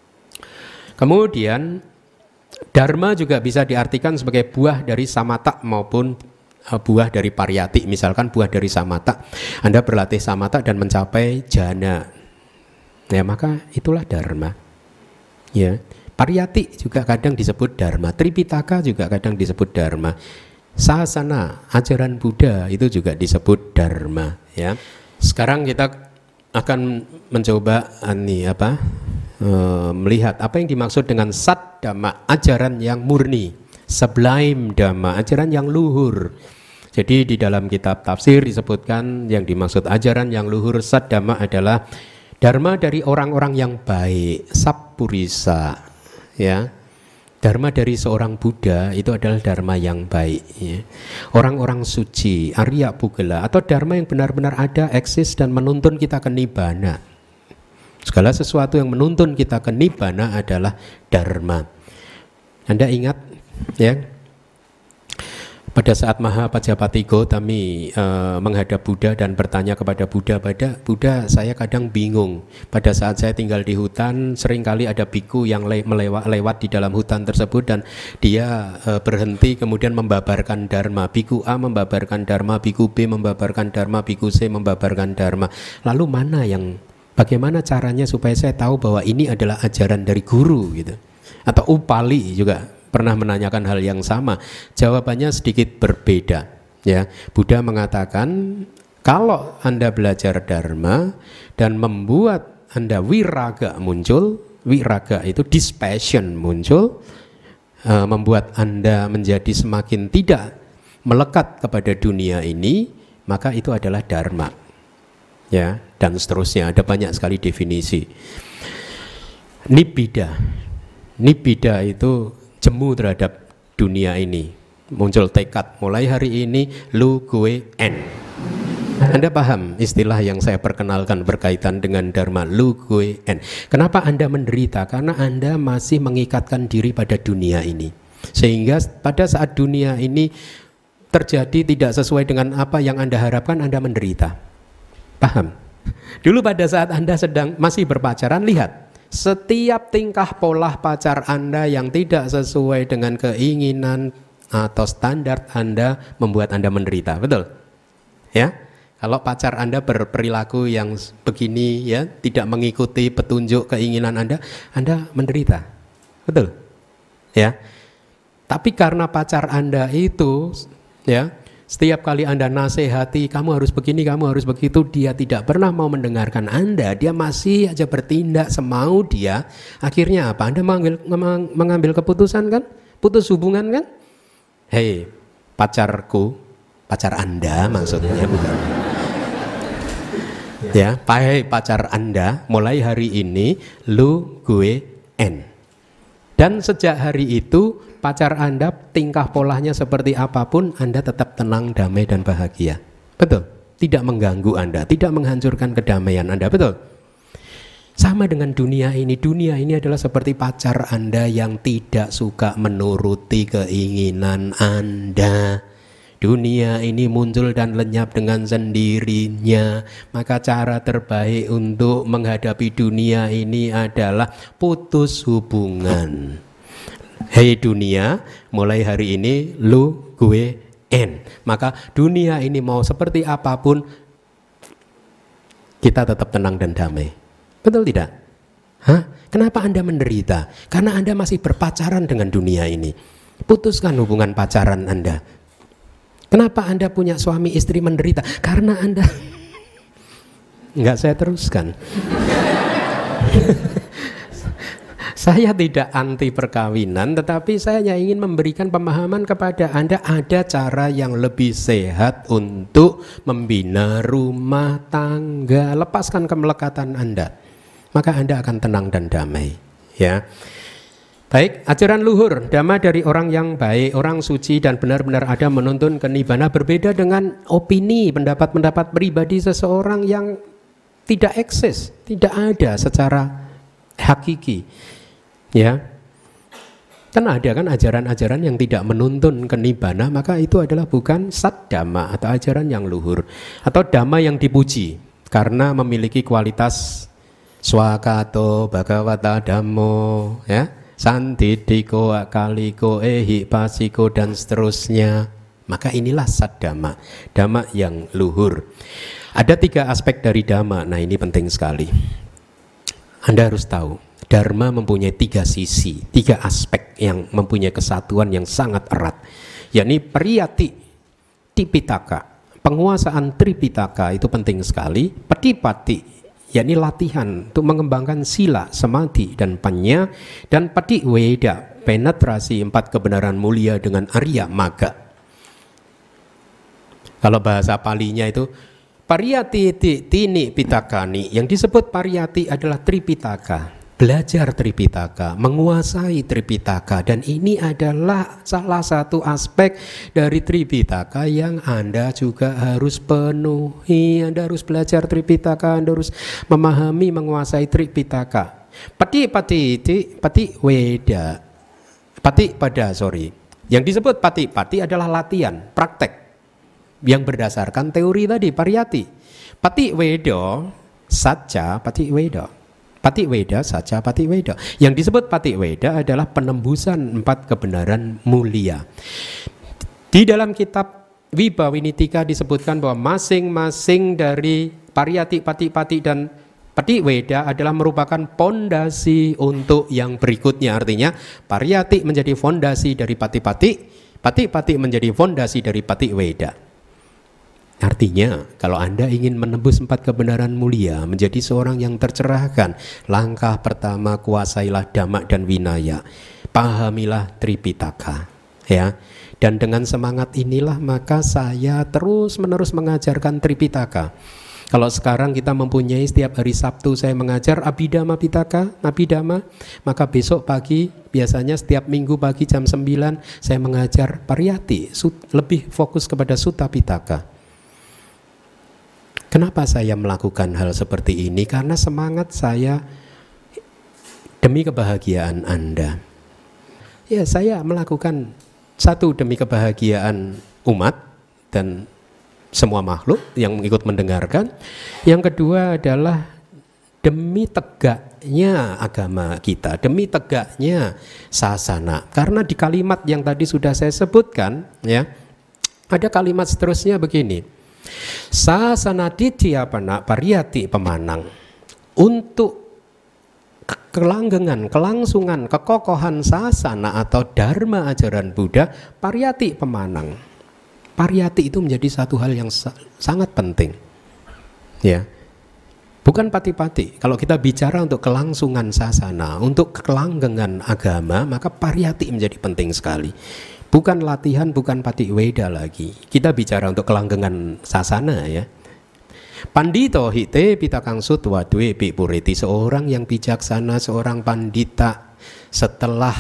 Kemudian dharma juga bisa diartikan sebagai buah dari samatha maupun buah dari pariyati. Misalkan buah dari samatha, Anda berlatih samatha dan mencapai jhana. Ya, maka itulah dharma. Ya, pariyati juga kadang disebut dharma, Tripitaka juga kadang disebut dharma, sasana, ajaran Buddha itu juga disebut dharma. Ya, sekarang kita akan mencoba ini apa, e, melihat apa yang dimaksud dengan sat dhamma, ajaran yang murni, sublime dhamma, ajaran yang luhur. Jadi di dalam kitab tafsir disebutkan yang dimaksud ajaran yang luhur sat dhamma adalah dharma dari orang-orang yang baik, sappurisa, ya. Dharma dari seorang Buddha itu adalah dharma yang baik, ya. Orang-orang suci, Arya Pugala, atau dharma yang benar-benar ada, eksis dan menuntun kita ke nibbana. Segala sesuatu yang menuntun kita ke nibbana adalah dharma. Anda ingat, ya? Pada saat Mahapajapati Gautami uh, menghadap Buddha dan bertanya kepada Buddha, pada Buddha, saya kadang bingung. Pada saat saya tinggal di hutan, seringkali ada biku yang le melewat lewat di dalam hutan tersebut dan dia uh, berhenti kemudian membabarkan dharma. Biku A membabarkan dharma, biku B membabarkan dharma, biku C membabarkan dharma. Lalu mana yang, bagaimana caranya supaya saya tahu bahwa ini adalah ajaran dari guru gitu? Atau Upali juga pernah menanyakan hal yang sama, jawabannya sedikit berbeda. Ya, Buddha mengatakan kalau Anda belajar dharma dan membuat Anda wiraga muncul, wiraga itu dispassion muncul, uh, membuat Anda menjadi semakin tidak melekat kepada dunia ini, maka itu adalah dharma. Ya, dan seterusnya, ada banyak sekali definisi. Nibbida, nibbida itu jemu terhadap dunia ini, muncul tekad mulai hari ini lu gue en. Anda paham istilah yang saya perkenalkan berkaitan dengan dharma lu gue en? Kenapa Anda menderita? Karena Anda masih mengikatkan diri pada dunia ini, sehingga pada saat dunia ini terjadi tidak sesuai dengan apa yang Anda harapkan, Anda menderita. Paham? Dulu pada saat Anda sedang masih berpacaran, lihat, setiap tingkah pola pacar Anda yang tidak sesuai dengan keinginan atau standar Anda membuat Anda menderita, betul? Ya, kalau pacar Anda berperilaku yang begini, ya, tidak mengikuti petunjuk keinginan Anda, Anda menderita, betul? Ya, tapi karena pacar Anda itu, ya, setiap kali Anda nasihati, kamu harus begini, kamu harus begitu, dia tidak pernah mau mendengarkan Anda, dia masih aja bertindak semau dia. Akhirnya apa? Anda mengambil, mengambil keputusan kan? Putus hubungan kan? Hei, pacarku, pacar Anda maksudnya bukan. Ya, hei pacar Anda, mulai hari ini lu gue en. Dan sejak hari itu pacar Anda tingkah polanya seperti apapun, Anda tetap tenang, damai dan bahagia. Betul? Tidak mengganggu Anda, tidak menghancurkan kedamaian Anda, betul? Sama dengan dunia ini. Dunia ini adalah seperti pacar Anda yang tidak suka menuruti keinginan Anda. Dunia ini muncul dan lenyap dengan sendirinya. Maka cara terbaik untuk menghadapi dunia ini adalah putus hubungan. Hei dunia, mulai hari ini lu, gue, en. Maka dunia ini mau seperti apapun, kita tetap tenang dan damai. Betul tidak? Hah? Kenapa Anda menderita? Karena Anda masih berpacaran dengan dunia ini. Putuskan hubungan pacaran Anda. Kenapa Anda punya suami istri menderita? Karena Anda enggak, saya teruskan. Saya tidak anti perkawinan, tetapi saya hanya ingin memberikan pemahaman kepada Anda ada cara yang lebih sehat untuk membina rumah tangga. Lepaskan kemelekatan Anda, maka Anda akan tenang dan damai, ya. Baik, ajaran luhur, dhamma dari orang yang baik, orang suci dan benar-benar ada menuntun ke nibbana, berbeda dengan opini, pendapat-pendapat pribadi seseorang yang tidak eksis, tidak ada secara hakiki, ya. Kan ada kan ajaran-ajaran yang tidak menuntun ke nibbana, maka itu adalah bukan sat dhamma atau ajaran yang luhur, atau dhamma yang dipuji karena memiliki kualitas swakato bhagavata dhammo, ya, santidiko akaliko ehi pasiko dan seterusnya. Maka inilah sat dhamma, dhamma yang luhur. Ada tiga aspek dari dhamma. Nah, ini penting sekali. Anda harus tahu, dharma mempunyai tiga sisi, tiga aspek yang mempunyai kesatuan yang sangat erat, yakni pariyati tipitaka, penguasaan tripitaka itu penting sekali. Patipati, yakni latihan untuk mengembangkan sila, samadhi dan panya, dan patiweda, penetrasi empat kebenaran mulia dengan Arya Magga. Kalau bahasa palinya itu pariyati tini pitakani, yang disebut pariyati adalah tripitaka, belajar tripitaka, menguasai tripitaka, dan ini adalah salah satu aspek dari tripitaka yang Anda juga harus penuhi. Anda harus belajar tripitaka, Anda harus memahami, menguasai tripitaka. Pati pati iti pati weda, pati pada sorry. Yang disebut pati pati adalah latihan, praktek yang berdasarkan teori tadi, pariyati. Pati wedo, saja pati wedo. Pati weda, saja pati weda. Yang disebut pati weda adalah penembusan empat kebenaran mulia. Di dalam kitab Vibhawinitika disebutkan bahwa masing-masing dari pariyati, pati pati dan pati weda adalah merupakan fondasi untuk yang berikutnya. Artinya pariyati menjadi fondasi dari pati pati, pati pati menjadi fondasi dari pati weda. Artinya, kalau Anda ingin menembus empat kebenaran mulia, menjadi seorang yang tercerahkan, langkah pertama kuasailah dhamma dan vinaya. Pahamilah tripitaka, ya. Dan dengan semangat inilah maka saya terus-menerus mengajarkan tripitaka. Kalau sekarang kita mempunyai setiap hari Sabtu saya mengajar Abhidhamma Pitaka, Abhidhamma, maka besok pagi biasanya setiap minggu pagi jam sembilan saya mengajar pariyati, lebih fokus kepada Sutta Pitaka. Kenapa saya melakukan hal seperti ini? Karena semangat saya demi kebahagiaan Anda. Ya, saya melakukan satu demi kebahagiaan umat dan semua makhluk yang ikut mendengarkan. Yang kedua adalah demi tegaknya agama kita, demi tegaknya sasana. Karena di kalimat yang tadi sudah saya sebutkan, ya, ada kalimat seterusnya begini. Sasana ditiyapana pariyati pemanang. Untuk kelanggengan, kelangsungan, kekokohan sasana atau dharma ajaran Buddha, pariyati pemanang. Pariyati itu menjadi satu hal yang sa sangat penting, ya. Bukan pati-pati. Kalau kita bicara untuk kelangsungan sasana, untuk kelanggengan agama, maka pariyati menjadi penting sekali. Bukan latihan, bukan pati weda lagi. Kita bicara untuk kelanggengan sasana, ya. Pandito hite pitakang sutwa dwe pipuriti, seorang yang bijaksana, seorang pandita setelah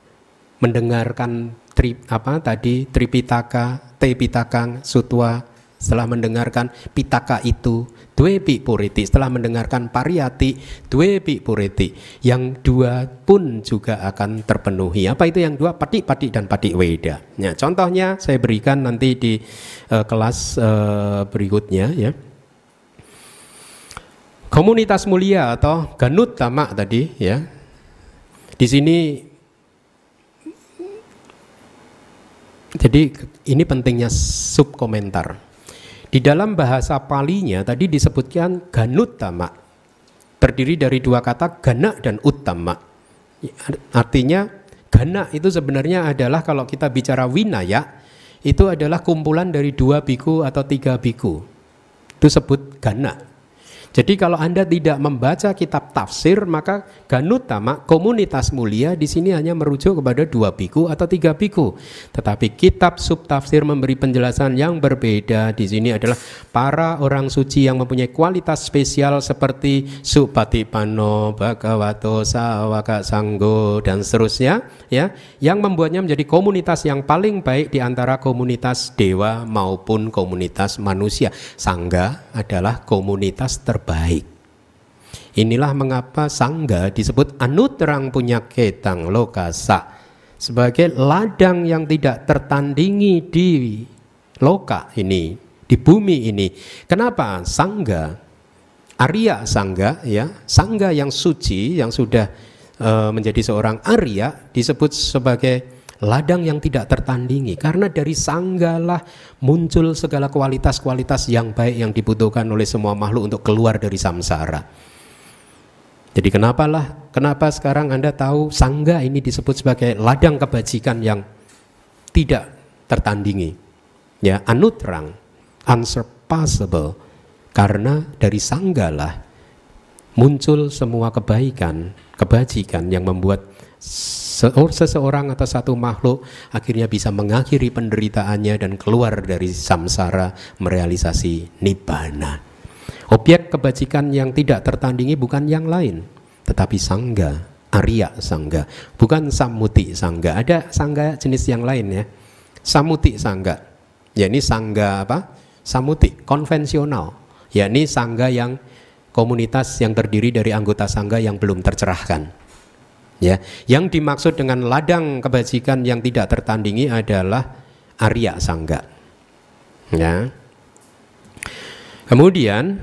mendengarkan tri, apa tadi tripitaka, te pitakang sutwa setelah mendengarkan pitaka itu dwepi puriti, setelah mendengarkan pariyati dwepi puriti, yang dua pun juga akan terpenuhi. Apa itu yang dua? Pati pati dan pati weda. Ya, contohnya saya berikan nanti di uh, kelas uh, berikutnya ya. Komunitas mulia atau Ganuttama tadi ya. Di sini jadi ini pentingnya sub komentar. Di dalam bahasa Palinya tadi disebutkan Ganuttama, terdiri dari dua kata gana dan uttama. Artinya gana itu sebenarnya adalah, kalau kita bicara winaya, itu adalah kumpulan dari dua biku atau tiga biku. Itu sebut gana. Jadi kalau Anda tidak membaca kitab tafsir, maka Ganuttama, komunitas mulia, di sini hanya merujuk kepada dua biku atau tiga biku. Tetapi kitab subtafsir memberi penjelasan yang berbeda. Di sini adalah para orang suci yang mempunyai kualitas spesial seperti Supatipanno, Bhagavato, Sawaka Sanggo dan seterusnya, ya, yang membuatnya menjadi komunitas yang paling baik di antara komunitas dewa maupun komunitas manusia. Sangga adalah komunitas terbaik. Baik. Inilah mengapa sangga disebut anuterang punya ketang lokasa, sebagai ladang yang tidak tertandingi di loka ini, di bumi ini. Kenapa? Sangga, Arya sangga ya, sangga yang suci yang sudah uh, menjadi seorang Arya disebut sebagai ladang yang tidak tertandingi, karena dari sanggalah muncul segala kualitas-kualitas yang baik yang dibutuhkan oleh semua makhluk untuk keluar dari samsara. Jadi kenapalah, kenapa sekarang Anda tahu sangga ini disebut sebagai ladang kebajikan yang tidak tertandingi, ya, anutrang, unsurpassable, karena dari sanggalah muncul semua kebaikan, kebajikan yang membuat seseorang atau satu makhluk akhirnya bisa mengakhiri penderitaannya dan keluar dari samsara, merealisasi nibbana. Objek kebajikan yang tidak tertandingi bukan yang lain, tetapi sangga, Arya sangga, bukan samuti sangga. Ada sangga jenis yang lain ya, samuti sangga, yakni sangga apa? Samuti, konvensional, yakni sangga yang komunitas yang terdiri dari anggota sangga yang belum tercerahkan. Ya, yang dimaksud dengan ladang kebajikan yang tidak tertandingi adalah Arya sangga. Ya. Kemudian,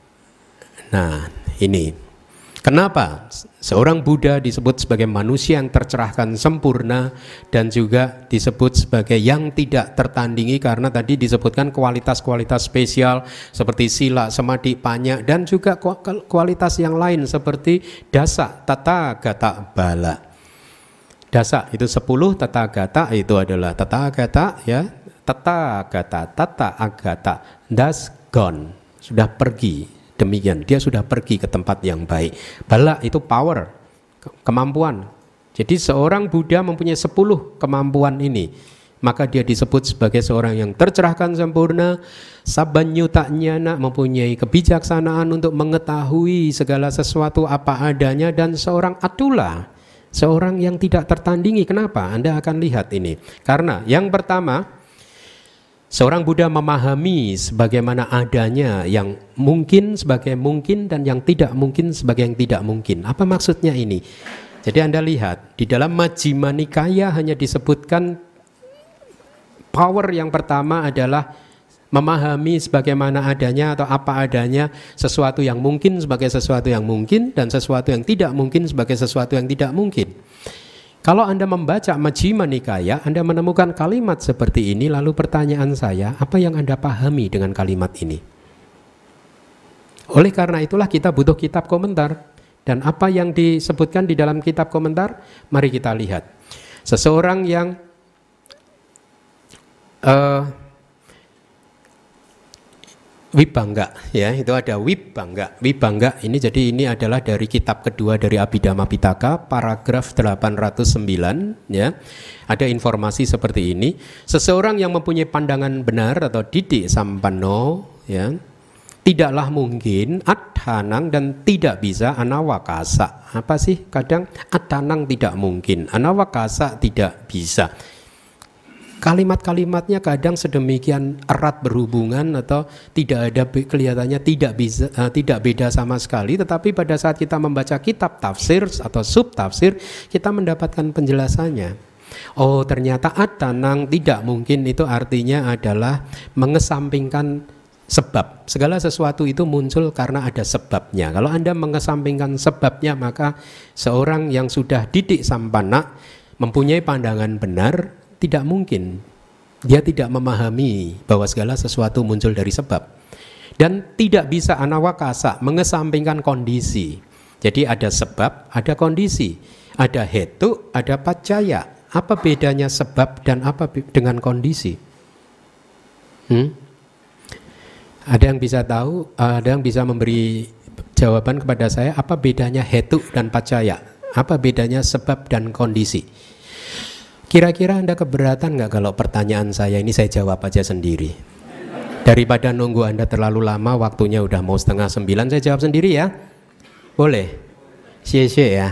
nah ini kenapa seorang Buddha disebut sebagai manusia yang tercerahkan sempurna dan juga disebut sebagai yang tidak tertandingi, karena tadi disebutkan kualitas-kualitas spesial seperti sila, samadhi, panya, dan juga kualitas yang lain seperti dasa, tata, gata, bala. Dasa itu sepuluh, tata gata itu adalah tata gata ya, tata gata, tata agata, das gone, sudah pergi. Demikian, dia sudah pergi ke tempat yang baik. Bala itu power, kemampuan. Jadi seorang Buddha mempunyai sepuluh kemampuan ini, maka dia disebut sebagai seorang yang tercerahkan sempurna. Sabanyutanyana, mempunyai kebijaksanaan untuk mengetahui segala sesuatu apa adanya, dan seorang atula, seorang yang tidak tertandingi. Kenapa? Anda akan lihat ini. Karena yang pertama, seorang Buddha memahami sebagaimana adanya yang mungkin sebagai mungkin dan yang tidak mungkin sebagai yang tidak mungkin. Apa maksudnya ini? Jadi Anda lihat di dalam Majjhima Nikaya hanya disebutkan power yang pertama adalah memahami sebagaimana adanya atau apa adanya sesuatu yang mungkin sebagai sesuatu yang mungkin dan sesuatu yang tidak mungkin sebagai sesuatu yang tidak mungkin. Kalau Anda membaca Majjhima Nikaya, Anda menemukan kalimat seperti ini, lalu pertanyaan saya, apa yang Anda pahami dengan kalimat ini? Oleh karena itulah kita butuh kitab komentar. Dan apa yang disebutkan di dalam kitab komentar, mari kita lihat. Seseorang yang uh, Wibangga, ya, itu ada Wibangga. Wibangga ini, jadi ini adalah dari kitab kedua dari Abhidhamma Pitaka, paragraf delapan ratus sembilan, ya. Ada informasi seperti ini. Seseorang yang mempunyai pandangan benar atau didik sampanno, ya, tidaklah mungkin adhanang dan tidak bisa anawakasa. Apa sih? Kadang adhanang tidak mungkin, anawakasa tidak bisa. Kalimat-kalimatnya kadang sedemikian erat berhubungan atau tidak ada kelihatannya tidak bisa uh, tidak beda sama sekali, tetapi pada saat kita membaca kitab tafsir atau sub tafsir kita mendapatkan penjelasannya. Oh, ternyata atanang tidak mungkin itu artinya adalah mengesampingkan sebab. Segala sesuatu itu muncul karena ada sebabnya. Kalau Anda mengesampingkan sebabnya, maka seorang yang sudah didik sampana mempunyai pandangan benar, tidak mungkin dia tidak memahami bahwa segala sesuatu muncul dari sebab. Dan tidak bisa anawakasa mengesampingkan kondisi. Jadi ada sebab, ada kondisi, ada hetu, ada pacaya. Apa bedanya sebab dan apa dengan kondisi? Hmm? Ada yang bisa tahu, ada yang bisa memberi jawaban kepada saya, apa bedanya hetu dan pacaya? Apa bedanya sebab dan kondisi? Kira-kira Anda keberatan nggak kalau pertanyaan saya ini saya jawab aja sendiri? Daripada nunggu Anda terlalu lama, waktunya udah mau setengah sembilan, saya jawab sendiri ya? Boleh? Xie-xie ya.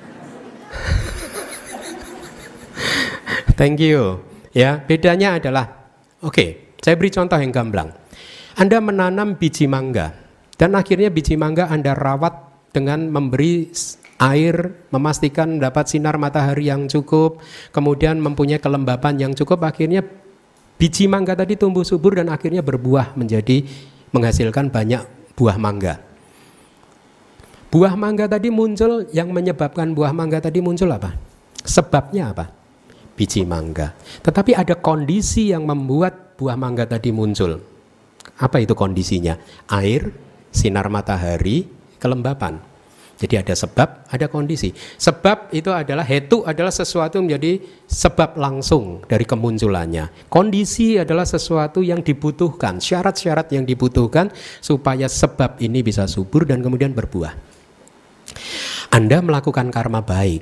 Thank you. Ya, bedanya adalah, oke, okay, saya beri contoh yang gamblang. Anda menanam biji mangga, dan akhirnya biji mangga Anda rawat dengan memberi air, memastikan dapat sinar matahari yang cukup, kemudian mempunyai kelembapan yang cukup, akhirnya biji mangga tadi tumbuh subur dan akhirnya berbuah menjadi menghasilkan banyak buah mangga. Buah mangga tadi muncul, yang menyebabkan buah mangga tadi muncul apa? Sebabnya apa? Biji mangga. Tetapi ada kondisi yang membuat buah mangga tadi muncul. Apa itu kondisinya? Air, sinar matahari, kelembapan. Jadi ada sebab, ada kondisi. Sebab itu adalah, hetu adalah sesuatu menjadi sebab langsung dari kemunculannya. Kondisi adalah sesuatu yang dibutuhkan, syarat-syarat yang dibutuhkan supaya sebab ini bisa subur dan kemudian berbuah. Anda melakukan karma baik.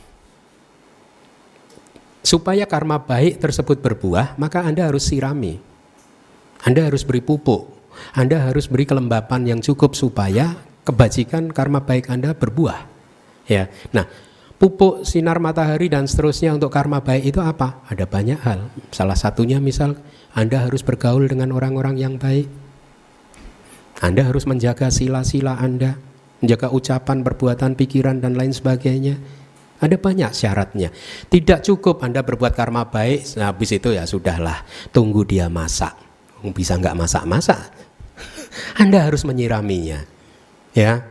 Supaya karma baik tersebut berbuah, maka Anda harus sirami. Anda harus beri pupuk. Anda harus beri kelembapan yang cukup supaya kebajikan karma baik Anda berbuah. Ya. Nah, pupuk, sinar matahari dan seterusnya untuk karma baik itu apa? Ada banyak hal. Salah satunya misal Anda harus bergaul dengan orang-orang yang baik. Anda harus menjaga sila-sila Anda, menjaga ucapan, perbuatan, pikiran dan lain sebagainya. Ada banyak syaratnya. Tidak cukup Anda berbuat karma baik, nah, habis itu ya sudahlah, tunggu dia masak. Bisa nggak masak-masak? Anda harus menyiraminya. Ya.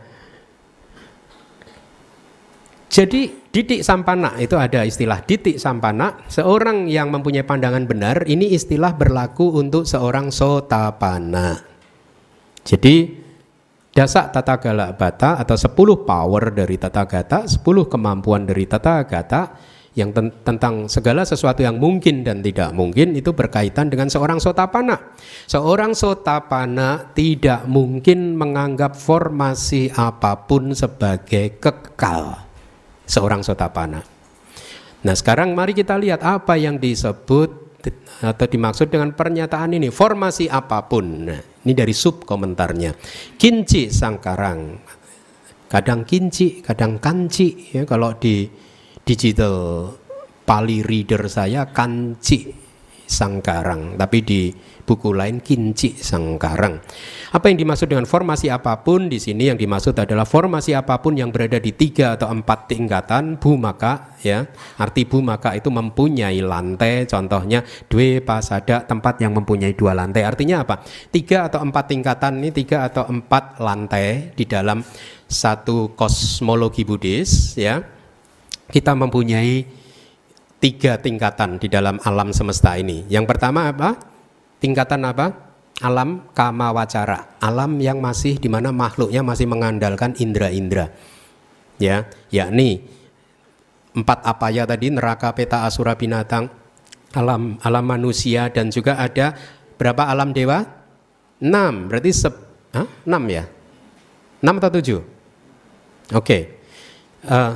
Jadi didik sampana itu ada istilah didik sampana. Seorang yang mempunyai pandangan benar, ini istilah berlaku untuk seorang sotapana. Jadi dasa tata gala bata atau sepuluh power dari tata gata, sepuluh kemampuan dari tata gata yang ten- tentang segala sesuatu yang mungkin dan tidak mungkin itu berkaitan dengan seorang sotapana. Seorang sotapana tidak mungkin menganggap formasi apapun sebagai kekal. Seorang sotapana. Nah, sekarang mari kita lihat apa yang disebut atau dimaksud dengan pernyataan ini. Formasi apapun. Nah, ini dari sub komentarnya. Kinci sangkarang. Kadang kinci, kadang kanci ya, kalau di digital Pali reader saya kanci sangkarang, tapi di buku lain kinci sangkarang. Apa yang dimaksud dengan formasi apapun di sini? Yang dimaksud adalah formasi apapun yang berada di tiga atau empat tingkatan bhumaka ya. Arti bhumaka itu mempunyai lantai, contohnya dwe pasada, tempat yang mempunyai dua lantai. Artinya apa? Tiga atau empat tingkatan ini, tiga atau empat lantai di dalam satu kosmologi Buddhis ya. Kita mempunyai tiga tingkatan di dalam alam semesta ini. Yang pertama apa? Tingkatan apa? Alam kama wacara. Alam yang masih di mana makhluknya masih mengandalkan indera-indera. Ya, yakni empat apaya tadi, neraka, peta, asura, binatang, alam alam manusia, dan juga ada berapa alam dewa? Enam. Berarti sep, hah? Enam ya? Enam atau tujuh? Oke. Okay. Uh,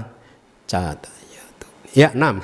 Ya, enam.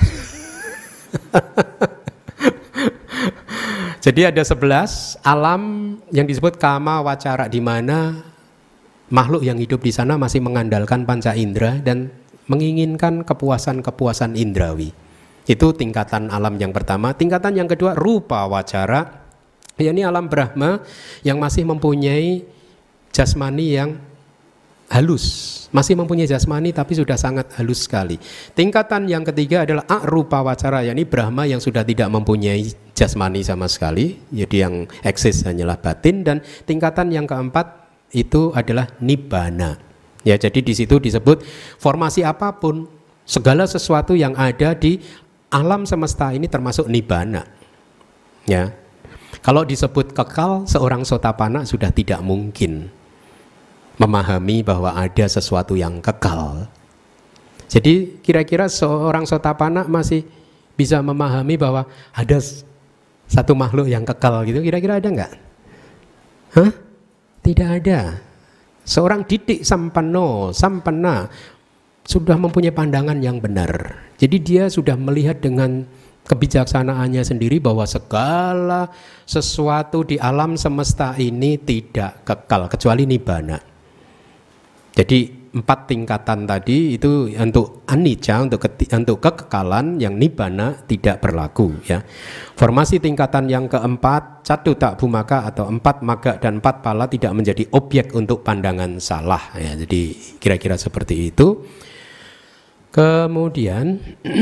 Jadi ada sebelas alam yang disebut kama wacara, di mana makhluk yang hidup di sana masih mengandalkan panca indera dan menginginkan kepuasan-kepuasan indrawi. Itu tingkatan alam yang pertama. Tingkatan yang kedua rupa wacara, yakni alam Brahma yang masih mempunyai jasmani yang halus, masih mempunyai jasmani tapi sudah sangat halus sekali. Tingkatan yang ketiga adalah arupa wacara, yakni Brahma yang sudah tidak mempunyai jasmani sama sekali, jadi yang eksis hanyalah batin. Dan tingkatan yang keempat itu adalah nibbana. Ya, jadi di situ disebut formasi apapun, segala sesuatu yang ada di alam semesta ini termasuk nibbana. Ya. Kalau disebut kekal, seorang Sotapanna sudah tidak mungkin memahami bahwa ada sesuatu yang kekal. Jadi kira-kira seorang Sotapanna masih bisa memahami bahwa ada satu makhluk yang kekal gitu, kira-kira ada enggak? Hah? Tidak ada. Seorang didik sampanno, sampanna sudah mempunyai pandangan yang benar. Jadi dia sudah melihat dengan kebijaksanaannya sendiri bahwa segala sesuatu di alam semesta ini tidak kekal kecuali nibbana. Jadi empat tingkatan tadi itu untuk anicca, untuk ke, untuk kekekalan, yang nibbana tidak berlaku ya. Formasi tingkatan yang keempat, catuta bhumaka atau empat maga dan empat pala tidak menjadi objek untuk pandangan salah ya. Jadi kira-kira seperti itu. Kemudian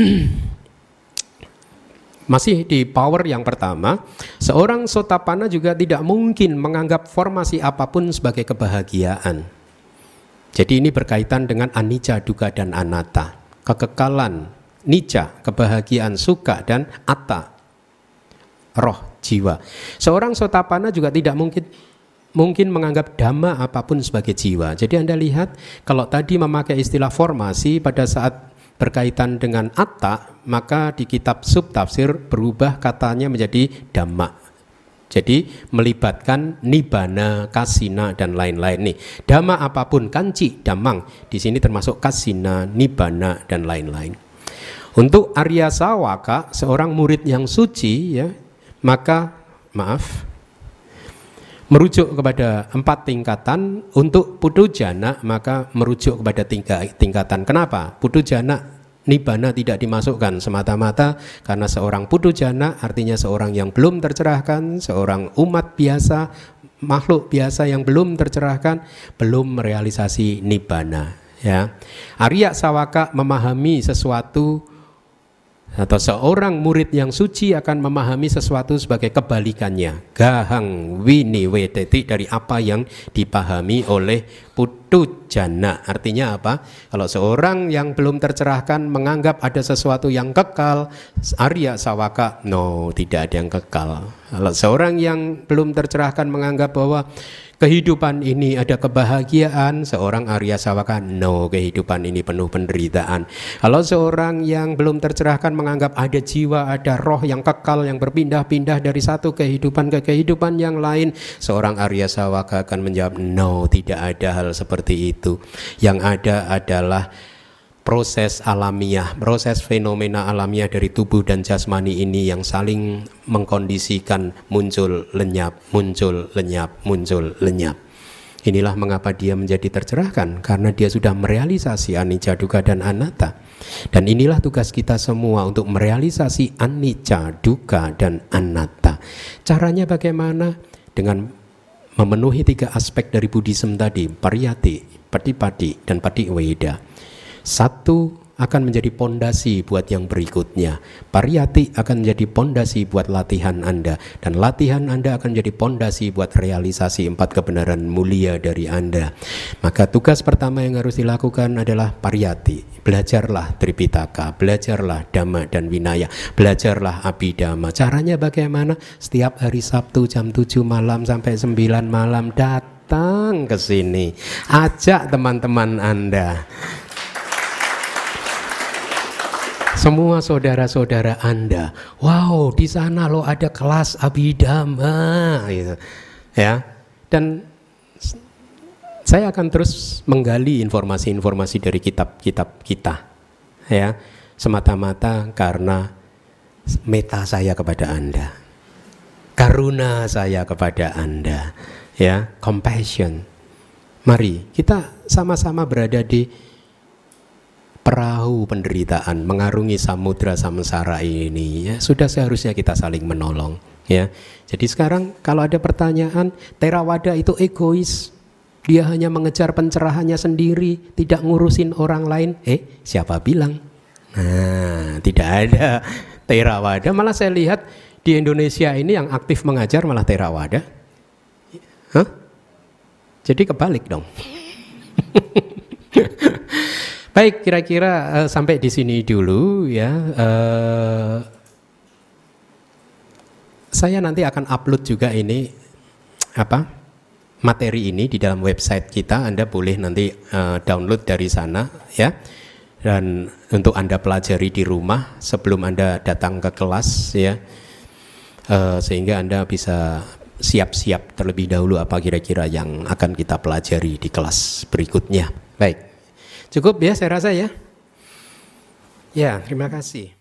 masih di power yang pertama, seorang Sotapanna juga tidak mungkin menganggap formasi apapun sebagai kebahagiaan. Jadi ini berkaitan dengan anicca, dukkha dan anatta. Kekekalan, nicca, kebahagiaan, sukha dan atta, roh, jiwa. Seorang Sotapanna juga tidak mungkin mungkin menganggap dhamma apapun sebagai jiwa. Jadi Anda lihat, kalau tadi memakai istilah formasi pada saat berkaitan dengan atta, maka di kitab subtafsir berubah katanya menjadi dhamma. Jadi melibatkan nibbana, kasina dan lain-lain nih. Dhamma apapun, kanci, damang, di sini termasuk kasina, nibbana dan lain-lain. Untuk Arya Sawaka, seorang murid yang suci ya, maka maaf merujuk kepada empat tingkatan. Untuk Putujana maka merujuk kepada tiga tingkatan. Kenapa? Putujana nibbana tidak dimasukkan semata-mata karena seorang Putujana artinya seorang yang belum tercerahkan, seorang umat biasa, makhluk biasa yang belum tercerahkan, belum merealisasi nibbana ya. Arya Sawaka memahami sesuatu, atau seorang murid yang suci akan memahami sesuatu sebagai kebalikannya, gahang winiweteti, dari apa yang dipahami oleh Putujana. Artinya apa? Kalau seorang yang belum tercerahkan menganggap ada sesuatu yang kekal, Arya Sawaka no, tidak ada yang kekal. Kalau seorang yang belum tercerahkan menganggap bahwa kehidupan ini ada kebahagiaan, seorang Arya Sawaka no, kehidupan ini penuh penderitaan. Kalau seorang yang belum tercerahkan menganggap ada jiwa, ada roh yang kekal, yang berpindah-pindah dari satu kehidupan ke kehidupan yang lain, seorang Arya Sawaka akan menjawab no, tidak ada hal seperti itu. Yang ada adalah proses alamiah, proses fenomena alamiah dari tubuh dan jasmani ini yang saling mengkondisikan muncul lenyap, muncul lenyap, muncul lenyap. Inilah mengapa dia menjadi tercerahkan, karena dia sudah merealisasi anicca, dukkha dan anatta. Dan inilah tugas kita semua untuk merealisasi anicca, dukkha dan anatta. Caranya bagaimana? Dengan memenuhi tiga aspek dari Buddhism tadi, pariyati, patipati dan patiweda. Satu akan menjadi pondasi buat yang berikutnya. Pariyati akan menjadi pondasi buat latihan Anda, dan latihan Anda akan menjadi pondasi buat realisasi empat kebenaran mulia dari Anda. Maka tugas pertama yang harus dilakukan adalah pariyati. Belajarlah Tripitaka, belajarlah Dhamma dan Vinaya, belajarlah Abhidhamma. Caranya bagaimana? Setiap hari Sabtu jam tujuh malam sampai sembilan malam datang ke sini. Ajak teman-teman Anda. Semua saudara-saudara Anda, wow, di sana loh ada kelas Abhidhamma, gitu, ya. Dan saya akan terus menggali informasi-informasi dari kitab-kitab kita, ya, semata-mata karena meta saya kepada Anda, karuna saya kepada Anda, ya, compassion. Mari kita sama-sama berada di perahu penderitaan mengarungi samudra samsara ini, ya sudah seharusnya kita saling menolong, ya. Jadi sekarang kalau ada pertanyaan, Theravada itu egois, dia hanya mengejar pencerahannya sendiri, tidak ngurusin orang lain. Eh, siapa bilang? Nah, tidak ada Theravada. Malah saya lihat di Indonesia ini yang aktif mengajar malah Theravada. Hah? Jadi kebalik dong. Baik, kira-kira uh, sampai di sini dulu ya. Uh, saya nanti akan upload juga ini apa materi ini di dalam website kita. Anda boleh nanti uh, download dari sana ya. Dan untuk Anda pelajari di rumah sebelum Anda datang ke kelas ya. Uh, sehingga Anda bisa siap-siap terlebih dahulu apa kira-kira yang akan kita pelajari di kelas berikutnya. Baik. Cukup ya saya rasa ya. Ya, terima kasih.